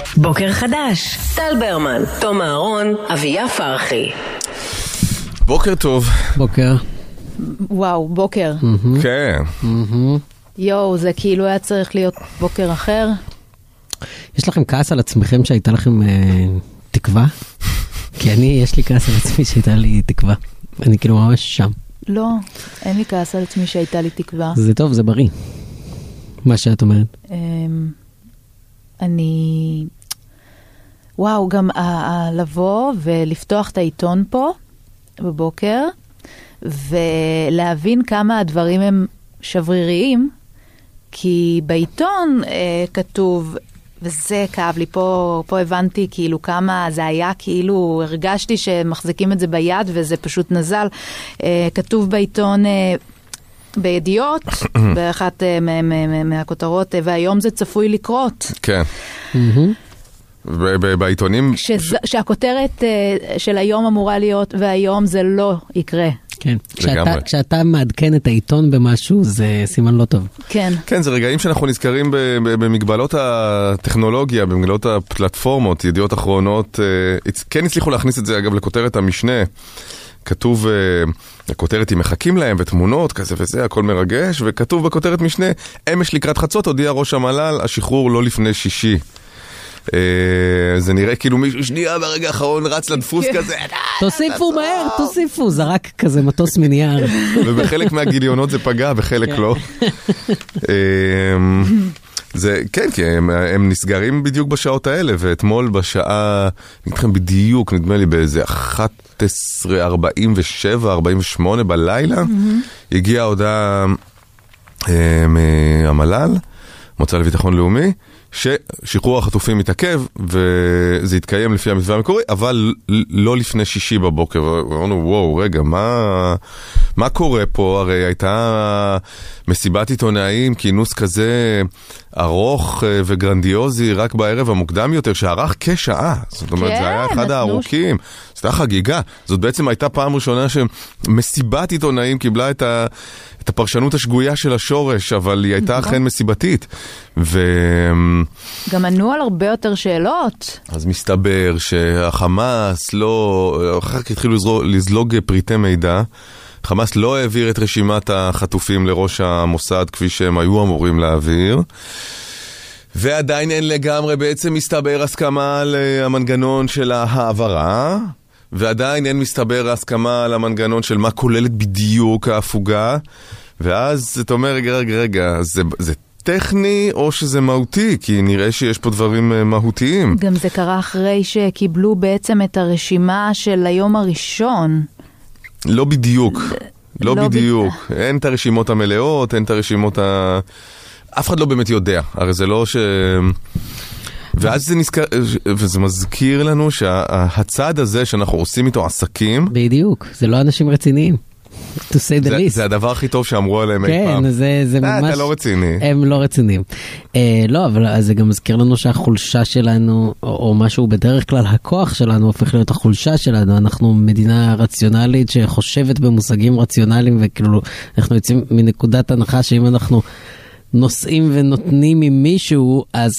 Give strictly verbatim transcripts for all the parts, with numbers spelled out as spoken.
בוקר חדש, טל ברמן, תום אהרון, אביה פרחי. בוקר טוב. בוקר. וואו, בוקר. כן. יואו, זה כאילו היה צריך להיות בוקר אחר. יש לכם כעס על עצמכם שהייתה לכם תקווה? כי אני, יש לי כעס על עצמי שהייתה לי תקווה. אני כאילו ממש שם. לא, אין לי כעס על עצמי שהייתה לי תקווה. זה טוב, זה בריא. מה שאת אומרת. אני... וואו, גם לבוא ולפתוח את העיתון פה בבוקר, ולהבין כמה הדברים הם שבריריים, כי בעיתון אה, כתוב, וזה כאב לי, פה, פה הבנתי כאילו כמה זה היה, כאילו הרגשתי שמחזיקים את זה ביד, וזה פשוט נזל. אה, כתוב בעיתון... אה, בידיעות, באחת מהכותרות, והיום זה צפוי לקרות. כן. בעיתונים... שהכותרת של היום אמורה להיות, והיום זה לא יקרה. כן. כשאתה מעדכן את העיתון במשהו, זה סימן לא טוב. כן. כן, זה רגעים שאנחנו נזכרים במגבלות הטכנולוגיה, במגבלות הפלטפורמות, ידיעות אחרונות. כן הצליחו להכניס את זה, אגב, לכותרת המשנה. כתוב, הכותרת היא מחכים להם, ותמונות כזה וזה, הכל מרגש, וכתוב בכותרת משנה, אמש לקראת חצות, הודיע ראש המל"ל, השחרור לא לפני שישי. זה נראה כאילו מישהו שנייה ברגע האחרון רץ לדפוס כזה. תוסיפו מהר, תוסיפו, זרק כזה מטוס מנייר. ובחלק מהגיליונות זה פגע, בחלק לא. זה, כן, כי הם, הם נסגרים בדיוק בשעות האלה, ואתמול בשעה, נתכם בדיוק, נדמה לי באיזה אחת עשרה ארבעים ושבע ארבעים ושמונה בלילה, mm-hmm. הגיעה ההודעה אה, מהמל"ל, מועצה לביטחון לאומי, ששחרור החטופים מתעכב, וזה יתקיים לפי המתווה המקורי, אבל לא לפני שישי בבוקר. ואמרנו, וואו, רגע, מה, מה קורה פה? הרי הייתה מסיבת עיתונאים, כינוס כזה ארוך וגרנדיוזי, רק בערב המוקדם יותר, שערך כשעה. זאת אומרת, זה היה אחד הארוכים. זאת הייתה חגיגה. זאת בעצם הייתה פעם ראשונה שמסיבת עיתונאים קיבלה את ה... את הפרשנות השגויה של השורש, אבל היא הייתה אכן מסיבתית. ו... גם ענו על הרבה יותר שאלות. אז מסתבר שהחמאס לא... אחר כך התחילו לזלוג, לזלוג פריטי מידע. חמאס לא העביר את רשימת החטופים לראש המוסד כפי שהם היו אמורים להעביר. ועדיין אין לגמרי בעצם מסתבר הסכמה על המנגנון של ההעברה. ועדיין אין מסתבר הסכמה על המנגנון של מה כוללת בדיוק ההפוגה, ואז אתה אומר, רגע, רגע, רגע, זה, זה טכני או שזה מהותי? כי נראה שיש פה דברים מהותיים. גם זה קרה אחרי שקיבלו בעצם את הרשימה של היום הראשון. לא בדיוק, לא, לא בדיוק. ב... אין את הרשימות המלאות, אין את הרשימות ה... אף אחד לא באמת יודע, הרי זה לא ש... ואז זה נזכר, וזה מזכיר לנו שהצעד הזה שאנחנו עושים איתו עסקים... בדיוק, זה לא אנשים רציניים. To say the least. זה הדבר הכי טוב שאמרו עליהם אי פעם. כן, זה ממש... אתה לא רציני. הם לא רציניים. לא, אבל זה גם מזכיר לנו שהחולשה שלנו, או משהו בדרך כלל, הכוח שלנו הופך להיות החולשה שלנו. אנחנו מדינה רציונלית שחושבת במושגים רציונליים, וכאילו אנחנו יוצאים מנקודת הנחה שאם אנחנו נושאים ונותנים ממישהו, אז...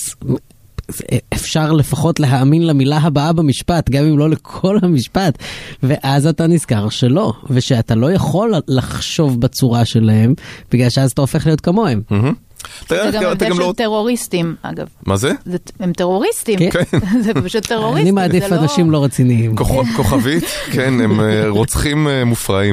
אפשר לפחות להאמין למילה הבאה במשפט, גם אם לא לכל המשפט, ואז אתה נזכר שלא, ושאתה לא יכול לחשוב בצורה שלהם, בגלל שאז אתה הופך להיות כמוהם. זה גם הבדל של טרוריסטים, אגב. מה זה? הם טרוריסטים. זה פשוט טרוריסטים. אני מעדיף אנשים לא רציניים. כוכבית, כן, הם רוצחים מופרעים.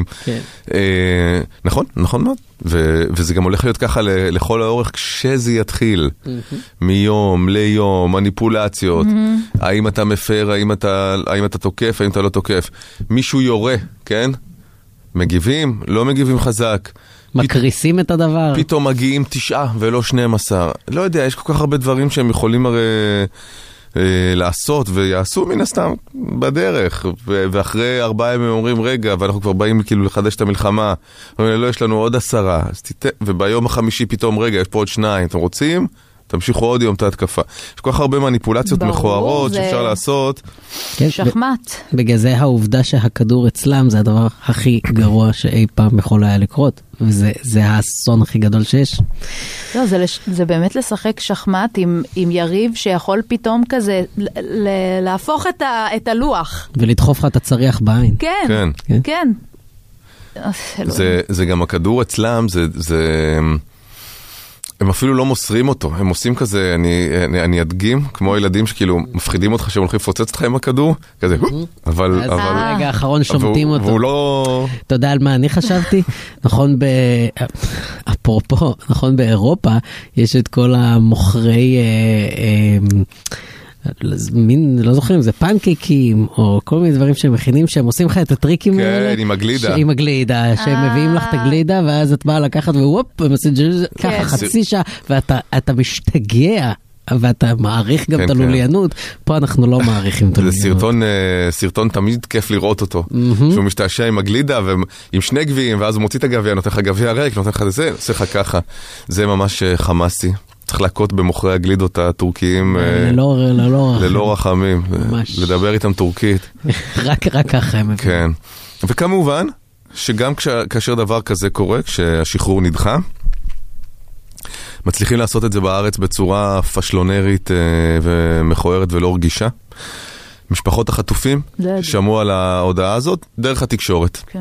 נכון, נכון מאוד. וזה גם הולך להיות ככה לכל האורך כשזה יתחיל. מיום ליום, מניפולציות. האם אתה מפר, האם אתה תוקף, האם אתה לא תוקף. מישהו יורה, כן? מגיבים, לא מגיבים חזק. מקריסים את הדבר. פתאום מגיעים תשעה ולא שנים עשר. לא יודע, יש כל כך הרבה דברים שהם יכולים הרי אה, לעשות ויעשו מן הסתם בדרך. ו- ואחרי ארבעה ימים אומרים, רגע, ואנחנו כבר באים כאילו לחדש את המלחמה. אומרים, לא, יש לנו עוד עשרה. אז תת... וביום החמישי פתאום, רגע, יש פה עוד שניים. אתם רוצים? תמשיכו עוד יום את ההתקפה. יש כל כך הרבה מניפולציות ברור, מכוערות זה- שאפשר לעשות. כן, שחמט. בגלל זה העובדה שהכדור אצלם זה הדבר הכי גרוע שאי פעם יכול היה לקרות, וזה זה האסון הכי גדול שיש. לא, זה, לש... זה באמת לשחק שחמט עם, עם יריב שיכול פתאום כזה ל... ל... להפוך את, ה... את הלוח. ולדחוף לך את הצריח בעין. כן, כן. כן. כן. זה, זה גם הכדור אצלם, זה, זה, הם אפילו לא מוסרים אותו, הם עושים כזה, אני, אני, אני אדגים, כמו ילדים שכאילו מפחידים אותך שהם הולכים לפוצץ אותך עם הכדור, כזה, אבל, אז אבל, ברגע האחרון שומטים והוא, אותו. והוא לא, אתה יודע על מה אני חשבתי? נכון, ב... אפרופו, נכון, באירופה יש את כל המוכרי, אה, אה, מין, לא זוכרים, זה פנקייקים, או כל מיני דברים שהם מכינים, שהם עושים לך את הטריקים האלה. כן, עם הגלידה. עם הגלידה, שהם מביאים לך את הגלידה, ואז את באה לקחת, ווופ, הם עושים ככה חצי שעה, ואתה משתגע. ואתה מעריך גם כן, את הלוליינות, פה אנחנו לא מעריכים את זה הלוליינות. סרטון, סרטון תמיד כיף לראות אותו, שהוא משתעשע עם הגלידה ועם שני גביעים, ואז הוא מוציא את הגביע, נותן לך גביע ריק, נותן לך את זה, עושה לך ככה. זה ממש חמאסי. צריך להכות במוכרי הגלידות הטורקיים ללא רחמים, לדבר איתם טורקית. רק ככה הם מבינים. כן. וכמובן, שגם כאשר דבר כזה קורה, כשהשחרור נדחה, מצליחים לעשות את זה בארץ בצורה פשלונרית ומכוערת ולא רגישה. משפחות החטופים שמעו על ההודעה הזאת דרך התקשורת. כן.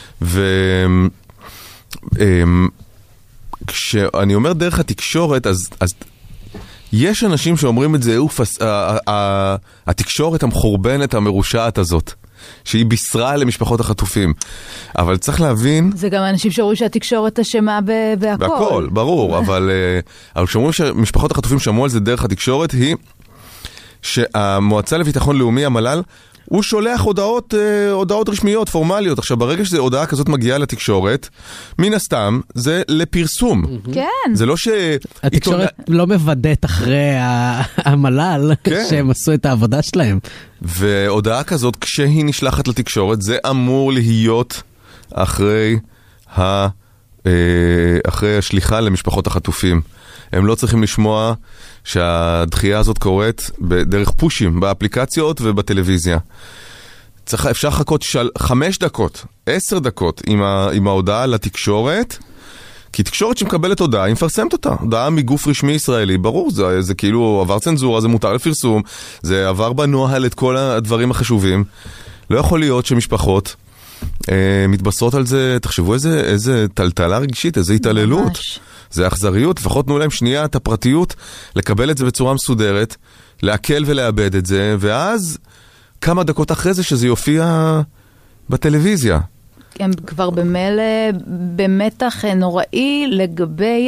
וכשאני אומר דרך התקשורת, אז, אז יש אנשים שאומרים את זה, התקשורת המחורבנת המרושעת הזאת, שהיא בישרה למשפחות החטופים. אבל צריך להבין... זה גם אנשים שאומרים שהתקשורת אשמה בהכל. בהכל, ברור. אבל, אבל כשאומרים שמשפחות החטופים שמעו על זה דרך התקשורת, היא שהמועצה לביטחון לאומי, המל"ל, הוא שולח הודעות, הודעות רשמיות, פורמליות. עכשיו, ברגע שזו הודעה כזאת מגיעה לתקשורת, מן הסתם, זה לפרסום. כן. זה לא ש... התקשורת לא מוודאת אחרי המל"ל, שהם עשו את העבודה שלהם. והודעה כזאת, כשהיא נשלחת לתקשורת, זה אמור להיות אחרי ה... אחרי השליחה למשפחות החטופים. הם לא צריכים לשמוע שהדחייה הזאת קורית בדרך פושים, באפליקציות ובטלוויזיה. צריך, אפשר לחכות של, חמש דקות, עשר דקות עם, ה, עם ההודעה לתקשורת, כי תקשורת שמקבלת הודעה, היא מפרסמת אותה. הודעה מגוף רשמי ישראלי, ברור, זה, זה כאילו עבר צנזורה, זה מותר לפרסום, זה עבר בנוהל את כל הדברים החשובים. לא יכול להיות שמשפחות אה, מתבשרות על זה, תחשבו איזה, איזה טלטלה רגשית, איזה התעללות. ממש. זה אכזריות, לפחות תנו להם שנייה את הפרטיות, לקבל את זה בצורה מסודרת, להקל ולאבד את זה, ואז כמה דקות אחרי זה שזה יופיע בטלוויזיה. הם כבר במילא, במתח נוראי לגבי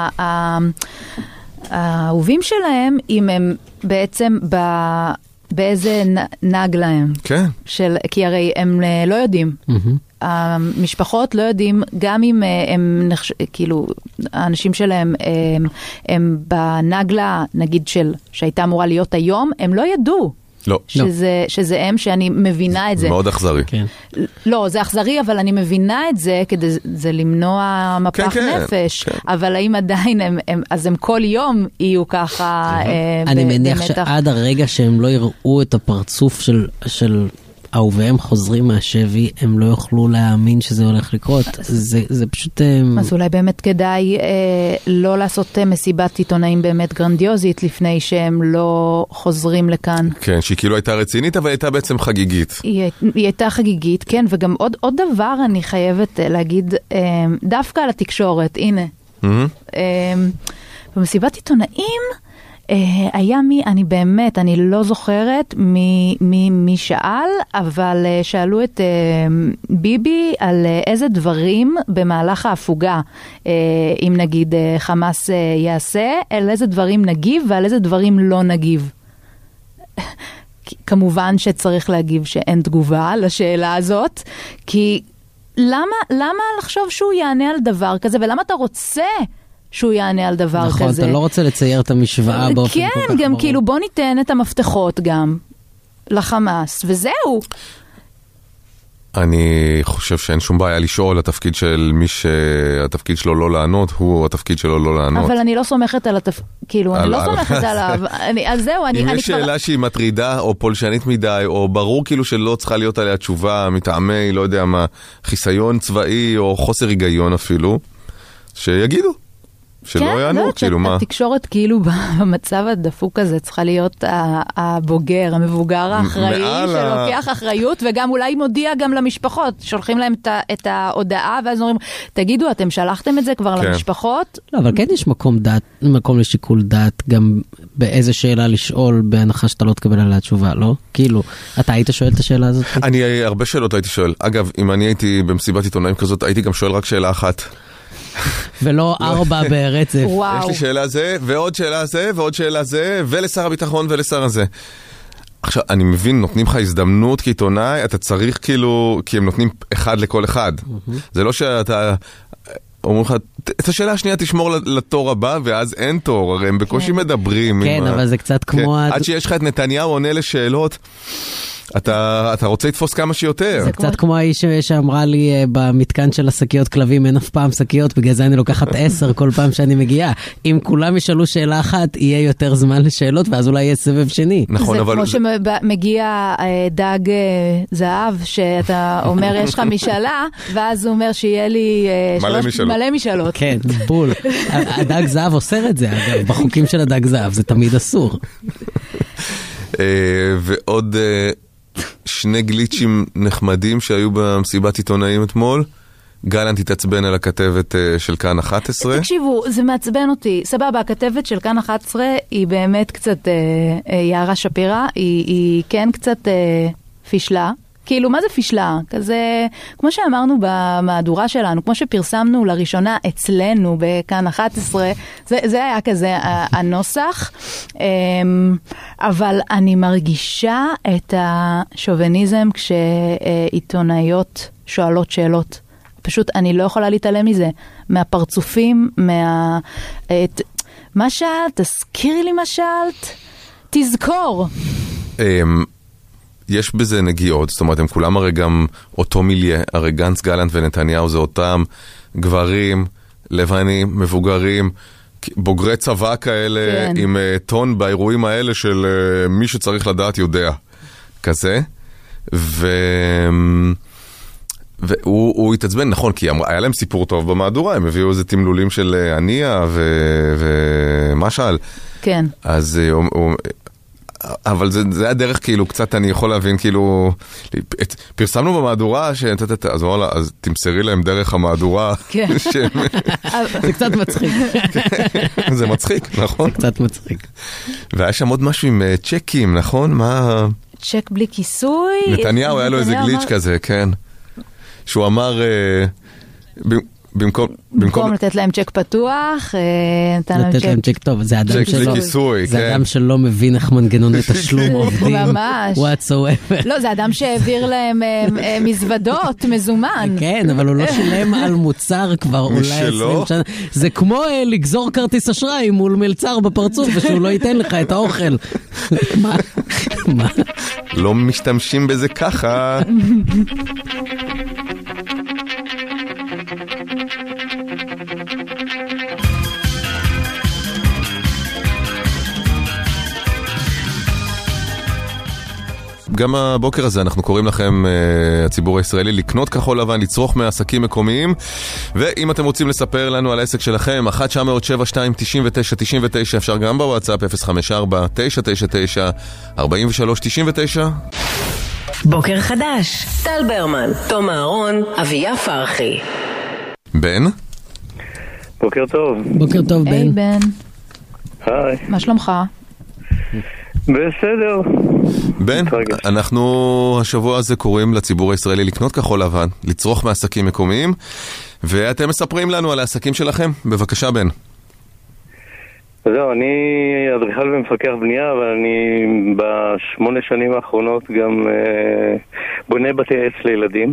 האהובים שלהם, אם הם בעצם ב... באיזה נג להם. כן. של, כי הרי הם לא יודעים. המשפחות לא יודעים, גם אם הם, נחש... כאילו, האנשים שלהם, הם, הם בנגלה, נגיד, של, שהייתה אמורה להיות היום, הם לא ידעו. לא. שזה, שזה הם, שאני מבינה את זה. מאוד אכזרי. כן. לא, זה אכזרי, אבל אני מבינה את זה, כדי זה למנוע מפח כן, נפש. כן. אבל האם עדיין הם, הם, אז הם כל יום יהיו ככה אה, אני ב- מניח במתח. שעד הרגע שהם לא יראו את הפרצוף של, של אהוביהם חוזרים מהשבי, הם לא יוכלו להאמין שזה הולך לקרות. זה, זה פשוט... אז אולי באמת כדאי אה, לא לעשות מסיבת עיתונאים באמת גרנדיוזית, לפני שהם לא חוזרים לכאן. כן, שהיא כאילו הייתה רצינית, אבל הייתה בעצם חגיגית. היא, היא הייתה חגיגית, כן, וגם עוד, עוד דבר אני חייבת להגיד, אה, דווקא על התקשורת, הנה. Mm-hmm. אה, במסיבת עיתונאים, Uh, היה מי, אני באמת, אני לא זוכרת מי, מי, מי שאל, אבל uh, שאלו את uh, ביבי על uh, איזה דברים במהלך ההפוגה, uh, אם נגיד uh, חמאס uh, יעשה, על איזה דברים נגיב ועל איזה דברים לא נגיב. כמובן שצריך להגיב שאין תגובה לשאלה הזאת, כי למה, למה לחשוב שהוא יענה על דבר כזה, ולמה אתה רוצה שהוא יענה על דבר נכון, כזה. נכון, אתה לא רוצה לצייר את המשוואה באופן כן, כל כך ברור. כן, גם כאילו בוא ניתן את המפתחות גם לחמאס, וזהו. אני חושב שאין שום בעיה לשאול, התפקיד של מי שהתפקיד שלו לא לענות, הוא התפקיד שלו לא לענות. אבל אני לא סומכת על התפקיד, כאילו, אני לא סומכת עליו. אז זהו, אני... אם יש שאלה שהיא מטרידה או פולשנית מדי, או ברור כאילו שלא צריכה להיות עליה תשובה מטעמי, לא יודע מה, חיסיון צבאי או חוסר היגיון אפילו, שיגידו. שלא יענו, כאילו מה? התקשורת כאילו במצב הדפוק הזה צריכה להיות הבוגר, המבוגר האחראי שלוקח אחריות, וגם אולי מודיע גם למשפחות, שולחים להם את ההודעה, ואז אומרים, תגידו, אתם שלחתם את זה כבר למשפחות? לא, אבל כן יש מקום דעת, מקום לשיקול דעת, גם באיזה שאלה לשאול, בהנחה שאתה לא תקבל עליה תשובה, לא? כאילו, אתה היית שואל את השאלה הזאת? אני הרבה שאלות הייתי שואל. אגב, אם אני הייתי במסיבת עיתונאים כזאת, הייתי גם שואל רק שאלה אחת. ולא ארבע ברצף. יש לי שאלה זה, ועוד שאלה זה, ועוד שאלה זה, ולשר הביטחון ולשר הזה. עכשיו, אני מבין, נותנים לך הזדמנות כעיתונאי, אתה צריך כאילו, כי הם נותנים אחד לכל אחד. זה לא שאתה... אומרים לך, את השאלה השנייה תשמור לתור הבא, ואז אין תור, הרי הם בקושי מדברים. כן, אבל זה קצת כמו... עד שיש לך את נתניהו עונה לשאלות, אתה, אתה רוצה לתפוס כמה שיותר. זה קצת כמו האיש שאמרה לי במתקן של השקיות כלבים, אין אף פעם שקיות, בגלל זה אני לוקחת עשר כל פעם שאני מגיעה. אם כולם ישאלו שאלה אחת, יהיה יותר זמן לשאלות, ואז אולי יהיה סבב שני. נכון, זה אבל... כמו שמגיע דג זהב, שאתה אומר, יש לך משאלה, ואז הוא אומר שיהיה לי מלא משאלות. מלא משאלות. כן, בול. הדג זהב אוסר את זה, אגב, בחוקים של הדג זהב, זה תמיד אסור. ועוד... שני גליצ'ים נחמדים שהיו במסיבת עיתונאים אתמול. גלנט התעצבן על הכתבת של כאן אחת עשרה. תקשיבו, זה מעצבן אותי. סבבה, הכתבת של כאן אחת עשרה היא באמת קצת אה, יערה שפירה, היא, היא כן קצת אה, פישלה. כאילו, מה זה פישלה? כזה, כמו שאמרנו במהדורה שלנו, כמו שפרסמנו לראשונה אצלנו בכאן אחת עשרה, זה, זה היה כזה הנוסח, אבל אני מרגישה את השוביניזם כשעיתונאיות שואלות שאלות. פשוט אני לא יכולה להתעלם מזה. מהפרצופים, מה... את... מה שאלת? תזכירי לי מה שאלת? תזכור. יש בזה נגיעות, זאת אומרת, הם כולם הרי גם אותו מיליה, הרי גנץ, גלנט ונתניהו זה אותם גברים, לבנים, מבוגרים, בוגרי צבא כאלה, כן. עם uh, טון באירועים האלה של uh, מי שצריך לדעת יודע, כזה. ו... והוא התעצבן, נכון, כי היה להם סיפור טוב במהדורה, הם הביאו איזה תמלולים של עניה ומשל. כן. אז הוא... הוא אבל זה, זה הדרך כאילו קצת אני יכול להבין כאילו את, פרסמנו במהדורה ש... אז הוא אמר לה, אז תמסרי להם דרך המהדורה. כן. שהם... זה קצת מצחיק. זה מצחיק, נכון? זה קצת מצחיק. והיה שם עוד משהו עם צ'קים, נכון? מה... צ'ק בלי כיסוי? נתניהו היה לו איזה גליץ' כזה, כן. שהוא אמר... במקום, במקום לתת להם צ'ק פתוח, לתת להם צ'ק טוב, זה אדם שלא, זה אדם שלא מבין איך מנגנוני תשלום עובדים. ממש. whatsoever. לא, זה אדם שהעביר להם מזוודות, מזומן. כן, אבל הוא לא שילם על מוצר כבר אולי עשרים שנה. זה כמו לגזור כרטיס אשראי מול מלצר בפרצוף, ושהוא לא ייתן לך את האוכל. מה? מה? לא משתמשים בזה ככה. גם הבוקר הזה אנחנו קוראים לכם, uh, הציבור הישראלי, לקנות כחול לבן, לצרוך מעסקים מקומיים, ואם אתם רוצים לספר לנו על העסק שלכם, אחת תשע אפס אפס שבע שתיים תשע תשע תשע תשע, אפשר גם בוואטסאפ אפס חמש ארבע תשע תשע תשע ארבע שלוש תשע תשע. בוקר חדש, טל ברמן, תום אהרון, אביה פרחי. בן? בוקר טוב. בוקר טוב, בן. היי, בן. היי. מה שלומך? בסדר. בן, אנחנו השבוע הזה קוראים לציבור הישראלי לקנות כחול לבן, לצרוך מעסקים מקומיים, ואתם מספרים לנו על העסקים שלכם. בבקשה, בן. זהו, אני אדריכל ומפקח בנייה, אבל אני בשמונה שנים האחרונות גם אה, בונה בתי עץ לילדים.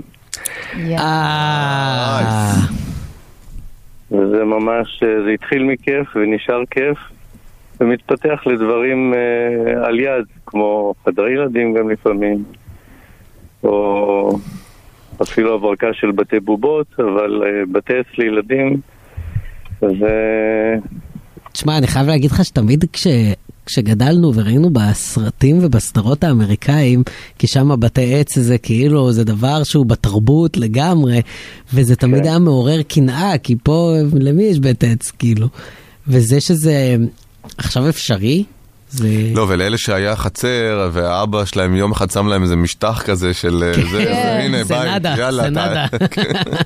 אה. וזה ממש, זה התחיל מכיף ונשאר כיף. ומתפתח לדברים אה, על יד, כמו חדרי ילדים גם לפעמים, או אפילו הברקה של בתי בובות, אבל בתי עץ לילדים, זה... תשמע, אני חייב להגיד לך שתמיד כש... כשגדלנו וראינו בסרטים ובסדרות האמריקאים, כי שם בתי עץ זה כאילו, זה דבר שהוא בתרבות לגמרי, וזה תמיד היה מעורר קנאה, כי פה למי יש בית עץ, כאילו. וזה שזה עכשיו אפשרי, זה... לא, ולאלה שהיה חצר, והאבא שלהם יום אחד שם להם איזה משטח כזה של... הנה, בית, יאללה. זה נדה. כן,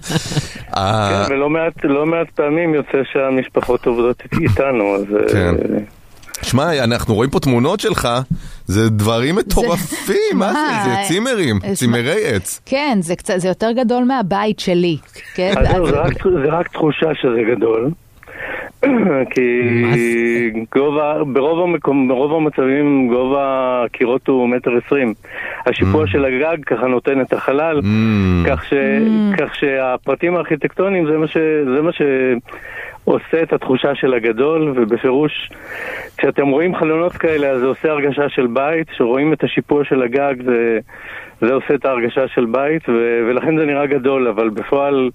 ולא מעט פעמים יוצא שהמשפחות עובדות איתנו, אז... כן. שמע, אנחנו רואים פה תמונות שלך, זה דברים מטורפים, מה זה? זה צימרים, צימרי עץ. כן, זה יותר גדול מהבית שלי. זה רק תחושה שזה גדול. כי גובה, ברוב המקום, ברוב המצבים גובה הקירות הוא מטר עשרים. השיפוע של הגג ככה נותן את החלל, כך ש, כך שהפרטים הארכיטקטוניים זה מה ש, זה מה שעושה את התחושה של הגדול, ובפירוש כשאתם רואים חלונות כאלה אז זה עושה הרגשה של בית, שרואים את השיפוע של הגג זה, זה עושה את ההרגשה של בית, ו, ולכן זה נראה גדול, אבל בפועל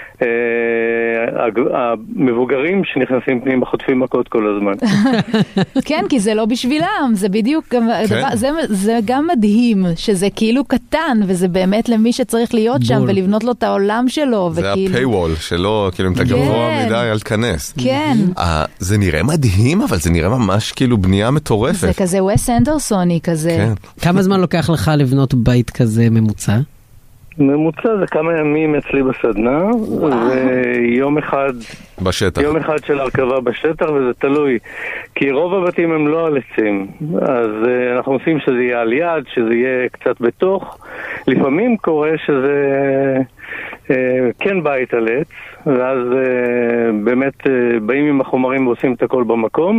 המבוגרים שנכנסים פנים חוטפים מכות כל הזמן. כן, כי זה לא בשבילם, זה בדיוק, זה גם מדהים, שזה כאילו קטן, וזה באמת למי שצריך להיות שם ולבנות לו את העולם שלו. זה הפייוול שלו, כאילו אם אתה גבוה מדי, אל תכנס. כן. זה נראה מדהים, אבל זה נראה ממש כאילו בנייה מטורפת. זה כזה וס אנדרסוני כזה. כמה זמן לוקח לך לבנות בית כזה ממוצע? ממוצע זה כמה ימים אצלי בסדנה, ויום אחד בשטח. יום אחד של הרכבה בשטח, וזה תלוי, כי רוב הבתים הם לא על עצים, אז uh, אנחנו עושים שזה יהיה על יד, שזה יהיה קצת בתוך. לפעמים קורה שזה uh, כן בית על עץ, ואז uh, באמת uh, באים עם החומרים ועושים את הכל במקום.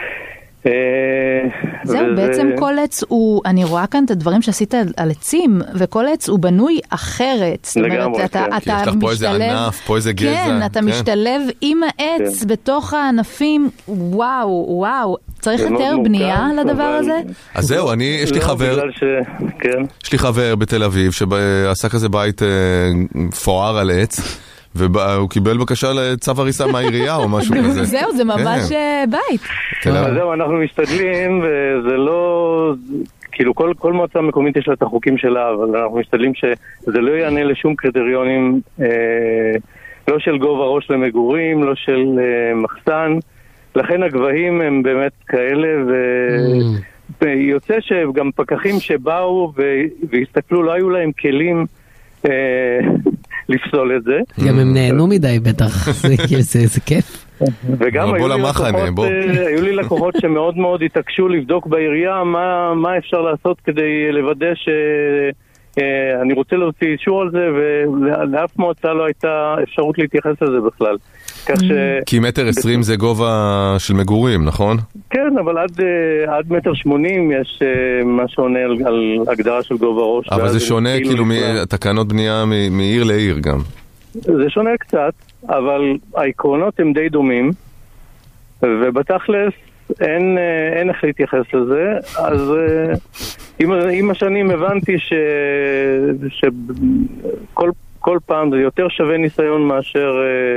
זהו, בעצם כל עץ הוא, אני רואה כאן את הדברים שעשית על עצים, וכל עץ הוא בנוי אחרת. זאת אומרת, אתה משתלב... יש לך פה איזה ענף, פה איזה גזע. כן, אתה משתלב עם העץ בתוך הענפים, וואו, וואו. צריך יותר בנייה לדבר הזה? אז זהו, אני, יש לי חבר, יש לי חבר בתל אביב, שעשה כזה בית פואר על עץ, והוא קיבל בקשה לצו הריסה מהעירייה או משהו כזה. זהו, זה ממש בית. אז זהו, אנחנו משתדלים, וזה לא... כאילו כל, כל מועצה מקומית יש לה את החוקים שלה, אבל אנחנו משתדלים שזה לא יענה לשום קריטריונים, אה, לא של גובה ראש למגורים, לא של אה, מחסן. לכן הגבהים הם באמת כאלה, ו... ויוצא שגם פקחים שבאו ו... והסתכלו, לא היו להם כלים אה, לפסול את זה. גם הם נהנו מדי בטח, זה, זה, זה כיף. וגם היו לי, לקוחות, היו לי לקוחות שמאוד מאוד התעקשו לבדוק בעירייה מה, מה אפשר לעשות כדי לוודא שאני רוצה להוציא אישור על זה, ולאף מועצה לא הייתה אפשרות להתייחס לזה בכלל. כך ש... כי מטר עשרים זה גובה של מגורים, נכון? כן, אבל עד, עד מטר שמונים יש מה שעונה על, על הגדרה של גובה ראש. אבל זה שונה כאילו מתקנות בנייה מעיר לעיר גם. זה שונה קצת, אבל העקרונות הם די דומים, ובתכלס אין, אין איך להתייחס לזה. אז עם, עם השנים הבנתי ש, שכל כל פעם זה יותר שווה ניסיון מאשר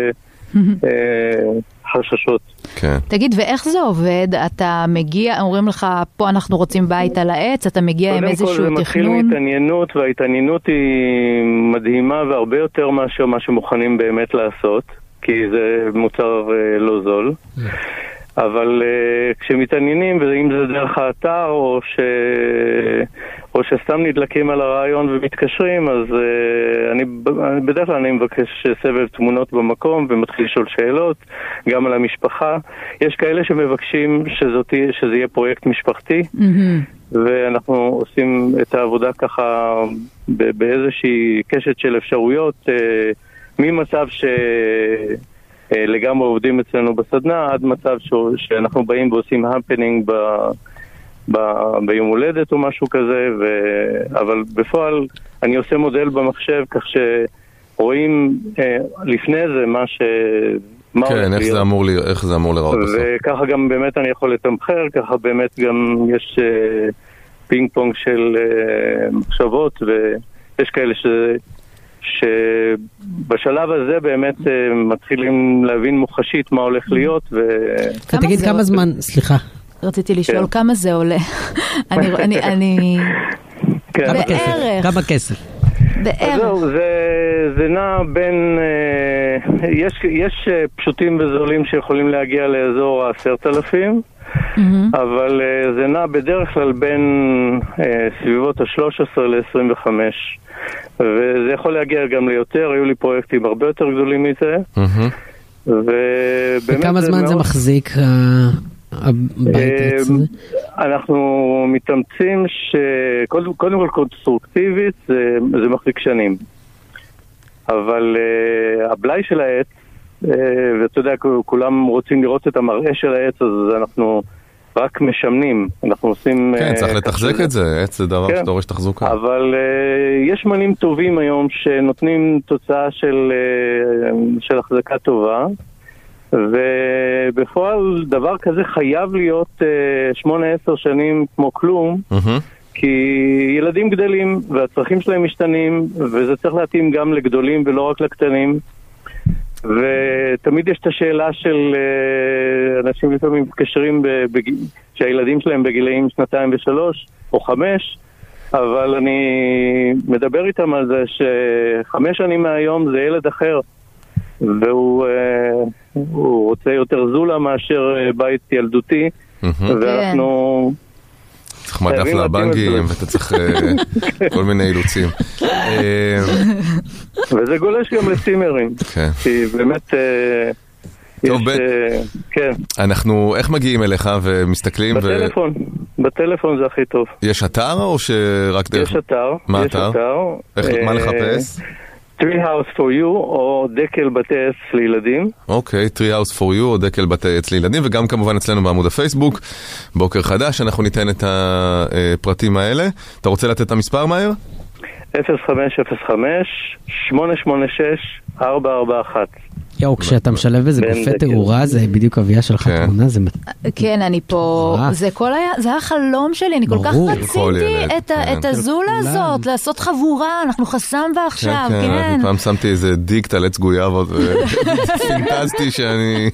חששות. כן. תגיד, ואיך זה עובד? אתה מגיע, אומרים לך, פה אנחנו רוצים בית על העץ, אתה מגיע עם איזשהו תכנון? קודם כל זה מתחיל מהתעניינות, וההתעניינות היא מדהימה והרבה יותר מאשר מה שמוכנים באמת לעשות, כי זה מוצר לא זול. אבל uh, כשמתעניינים, ואם זה דרך האתר או, ש... או שסתם נדלקים על הרעיון ומתקשרים, אז uh, אני, בדרך כלל אני מבקש סבב תמונות במקום ומתחיל לשאול שאלות, גם על המשפחה. יש כאלה שמבקשים שזאת, שזה יהיה פרויקט משפחתי, mm-hmm. ואנחנו עושים את העבודה ככה באיזושהי קשת של אפשרויות, uh, ממצב ש... לגמרי עובדים אצלנו בסדנה, עד מצב ש... שאנחנו באים ועושים הפנינג ב... ב... ביום הולדת או משהו כזה, ו... אבל בפועל אני עושה מודל במחשב, כך שרואים אה, לפני זה מה ש... מה כן, איך זה, אמור לי... איך זה אמור לראות בסוף. וככה גם באמת אני יכול לתמחר, ככה באמת גם יש אה, פינג פונג של אה, מחשבות, ויש כאלה ש... שבשלב הזה באמת מתחילים להבין מוחשית מה הולך להיות. ותגיד כמה זמן, סליחה. רציתי לשאול כמה זה עולה. אני... בערך. כמה כסף? זהו, זה נע בין, יש פשוטים וזולים שיכולים להגיע לאזור עשרת אלפים, אבל זה נע בדרך כלל בין סביבות ה-שלוש עשרה ל-עשרים וחמש, וזה יכול להגיע גם ליותר. היו לי פרויקטים הרבה יותר גדולים מזה. וכמה זמן זה מחזיק הבית הזה? אנחנו מתאמצים שקודם כל קונסטרוקטיבית זה מחזיק שנים, אבל הבלאי של העץ, ואתה יודע, כולם רוצים לראות את המראה של העץ, אז אנחנו רק משמנים, אנחנו עושים... כן, צריך לתחזק את זה, עץ זה דבר שדורש תחזוקה. אבל יש מנים טובים היום שנותנים תוצאה של החזקה טובה, ובפועל דבר כזה חייב להיות שמונה עשר שנים כמו כלום, כי ילדים גדלים והצרכים שלהם משתנים, וזה צריך להתאים גם לגדולים ולא רק לקטנים. ותמיד יש את השאלה של אנשים לפעמים מתקשרים שהילדים שלהם בגילאים שנתיים ושלוש או חמש, אבל אני מדבר איתם על זה שחמש שנים מהיום זה ילד אחר, והוא הוא רוצה יותר זולה מאשר בית ילדותי, ואנחנו צריך מדף לבנקים ואתה צריך כל מיני אילוצים, וזה גולש גם לצימרים, כי באמת טוב, כן. אנחנו איך מגיעים אליך ומסתכלים? בטלפון, בטלפון זה הכי טוב. יש אתר או שרק דרך? יש אתר. מה אתר? מה לחפש? Treehouse for you או דקל בתי עץ לילדים. אוקיי, Treehouse for you או דקל בתי עץ לילדים, וגם כמובן אצלנו בעמוד הפייסבוק, בוקר חדש, אנחנו ניתן את הפרטים האלה. אתה רוצה לתת את המספר מהר? אפס חמש אפס חמש שמונה שמונה שש ארבע ארבע אחת. יאו, כשאתה משלב בזה גופי תאורה, זה בדיוק אביה שלך תמונה, זה... כן, אני פה... זה כל היה... זה היה חלום שלי, אני כל כך רציתי את הזולה הזאת, לעשות חבורה, אנחנו חסם ועכשיו, כן. אני פעם שמתי איזה דיקט על עץ גויאבות, ופינטזתי שאני...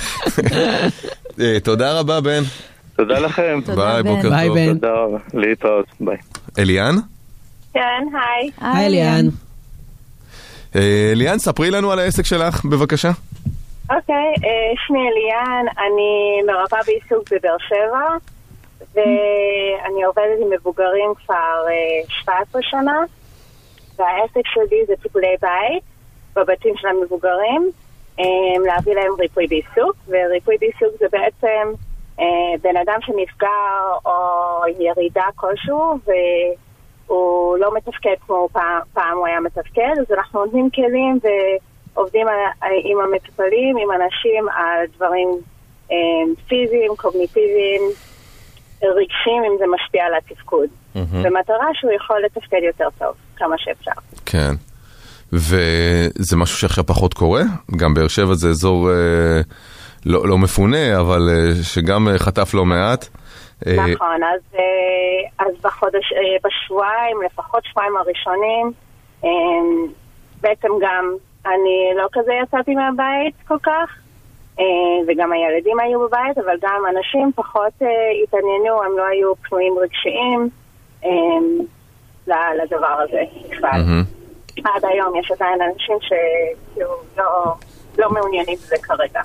תודה רבה, בן. תודה לכם. ביי, בוקר טוב. ביי, בן. תודה רבה. להתראות, ביי. אליאן? כן, היי. היי, אליאן. אליאן, ספרי לנו על העסק שלך, בבקשה. אוקיי, שמי אליאן, אני מרפאה בעיסוק בבאר שבע, ואני עובדת עם מבוגרים כבר שבע עשרה שנה, והעסק שלי זה טיפולי בית בבתים של המבוגרים, להביא להם ריפוי בעיסוק, וריפוי בעיסוק זה בעצם בן אדם שנפגע או ירידה כלשהו, ו... הוא לא מתפקד כמו פעם, פעם הוא היה מתפקד, אז אנחנו נותנים כלים ועובדים עם המטופלים, עם אנשים על דברים אה, פיזיים, קוגניטיביים, רגשיים, אם זה משפיע על התפקוד. Mm-hmm. במטרה שהוא יכול לתפקד יותר טוב, כמה שאפשר. כן. וזה משהו שעכשיו פחות קורה? גם באר שבע זה אזור אה, לא, לא מפונה, אבל אה, שגם אה, חטף לא מעט. נכון, אז, אז בחודש, בשבועיים, לפחות שבועיים הראשונים, בעצם גם אני לא כזה יצאתי מהבית כל כך, וגם הילדים היו בבית, אבל גם אנשים פחות התעניינו, הם לא היו פנויים רגשיים לדבר הזה. עד היום יש עדיין אנשים שלא לא מעוניינים בזה כרגע.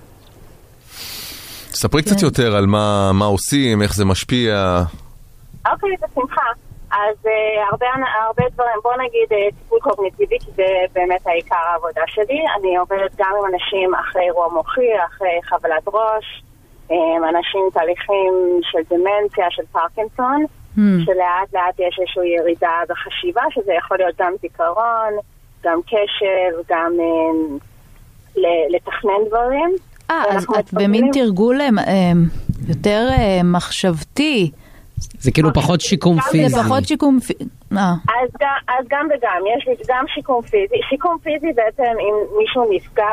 ספרי קצת יותר על מה, מה עושים, איך זה משפיע. אוקיי, בשמחה. אז uh, הרבה, הרבה דברים, בוא נגיד uh, טיפול קוגניטיבי, כי זה באמת העיקר העבודה שלי. אני עובדת גם עם אנשים אחרי אירוע מוחי, אחרי חבלת ראש, um, אנשים עם תהליכים של דמנציה, של פרקינסון, mm. שלאט לאט יש איזושהי ירידה בחשיבה, שזה יכול להיות גם זיכרון, גם קשב, גם um, לתכנן דברים. אה, אז את במין תרגול יותר מחשבתי. זה כאילו פחות שיקום פיזי. זה פחות שיקום פיזי. אז גם וגם, יש לי גם שיקום פיזי. שיקום פיזי בעצם אם מישהו נפגע,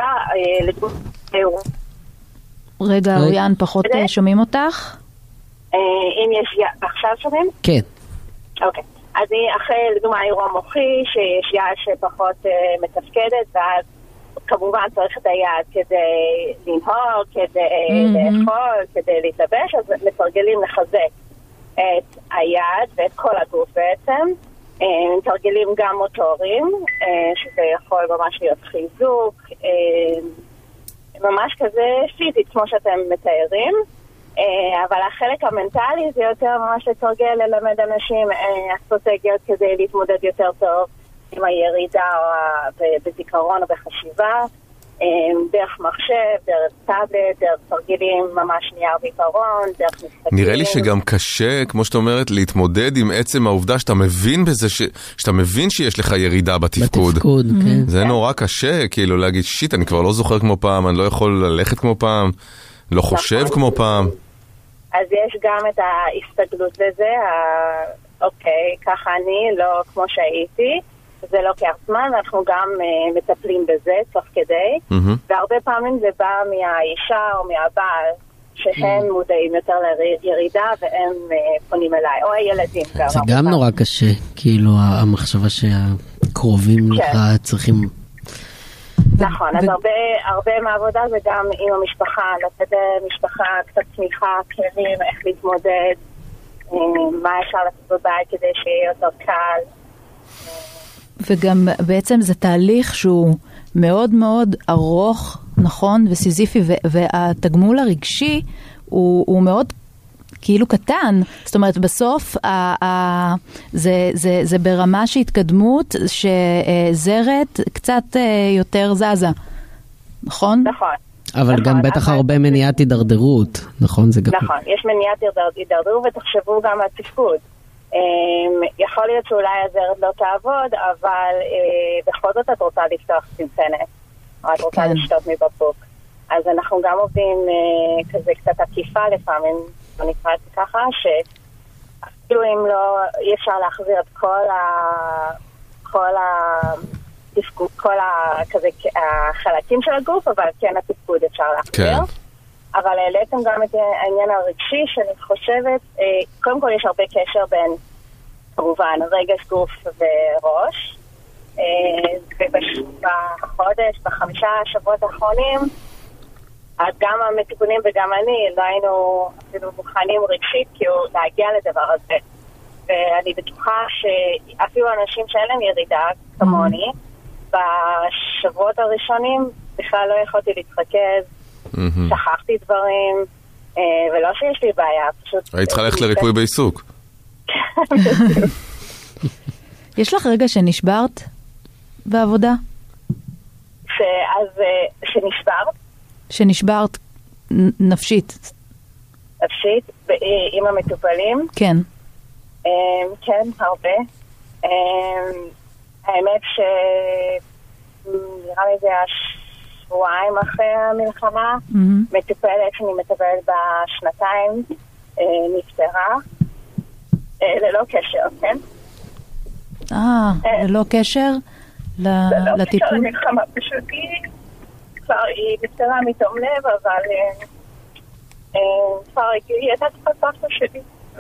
רגע, אוריאן, פחות שומעים אותך? אם יש, עכשיו שומעים? כן. אוקיי. אז אחרי, לדוגמה, אירוע מוחי, שיש יד שפחות uh, מתפקדת, ואז כמובן צריך את היד כדי לנהוג, כדי mm-hmm. לאכול, כדי להתלבש, אז מתרגלים לחזק את היד ואת כל הגוף בעצם. מתרגלים גם מוטורים, שזה יכול ממש להיות חיזוק, ממש כזה פיזית, כמו שאתם מתארים. אבל החלק המנטלי זה יותר ממש לתרגל, ללמד אנשים אסטרטגיות כדי להתמודד יותר טוב עם הירידה בזיכרון או בחשיבה, דרך מחשב, דרך טאבלט, דרך תרגילים ממש נייר בעיקרון, דרך משחקים. נראה לי שגם קשה, כמו שאתה אומרת, להתמודד עם עצם העובדה שאתה מבין בזה, ש... שאתה מבין שיש לך ירידה בתפקוד. בתפקוד, mm-hmm. כן. זה נורא קשה, כאילו להגיד, שיט, אני כבר לא זוכר כמו פעם, אני לא יכול ללכת כמו פעם, לא חושב נכון. כמו פעם. אז יש גם את ההסתגלות לזה, ה... אוקיי, ככה אני, לא כמו שהייתי. זה לוקח זמן, ואנחנו גם uh, מטפלים בזה, תוך כדי, mm-hmm. והרבה פעמים זה בא מהאישה או מהבעל, שהם mm-hmm. מודעים יותר לירידה, והם uh, פונים אליי, או הילדים. גם זה גם נורא קשה, כאילו המחשבה שהקרובים כן. לך צריכים... נכון, ו... אז הרבה, הרבה מהעבודה זה גם עם המשפחה, לתת משפחה, קצת תמיכה, כלים, איך להתמודד, מה אפשר לעשות בבית כדי שיהיה יותר קל. וגם בעצם זה תהליך שהוא מאוד מאוד ארוך, נכון, וסיזיפי, והתגמול הרגשי הוא, הוא מאוד כאילו קטן. זאת אומרת, בסוף ה, ה, זה, זה, זה ברמה שהתקדמות שזרת קצת יותר זזה. נכון? נכון. אבל נכון, גם בטח אבל... הרבה מניעת הידרדרות, נכון? זה גם... נכון, יש מניעת הידרדרות, ותחשבו גם על תפקוד. יכול להיות שאולי הזרת לא תעבוד, אבל בכל זאת את רוצה לפתוח צנצנת, או את רוצה לשתות מבקבוק. אז אנחנו גם עובדים כזה קצת עקיפה לפעמים, לא נקרא את זה ככה, שאפילו אם לא, אי אפשר להחזיר את כל ה... כל התפקוד, כל ה... כזה החלקים של הגוף, אבל כן התפקוד אפשר להחזיר. אבל העליתם גם את העניין הרגשי, שאני חושבת, קודם כל יש הרבה קשר בין, כמובן, רגש, גוף וראש. ובחודש, בחמישה שבועות האחרונים, אז גם המטופלים וגם אני לא היינו אפילו מוכנים רגשית, כאילו להגיע לדבר הזה. ואני בטוחה שאפילו אנשים שאין להם ירידה, כמוני, בשבועות הראשונים בכלל לא יכולתי להתרכז, שכחתי דברים, ולא שיש לי בעיה, פשוט... היית צריכה ללכת לריפוי בעיסוק. יש לך רגע שנשברת בעבודה? אז שנשברת? שנשברת נפשית. נפשית? עם המטופלים? כן. כן, הרבה. האמת ש... נראה לי זה שבועיים אחרי המלחמה, מטופלת שאני מטפלת בשנתיים, נפטרה, ללא קשר, כן? אה, ללא קשר לטיפול? ללא קשר למלחמה, פשוט היא כבר, היא נפטרה מתום לב, אבל כבר היא הייתה סבתא שלי.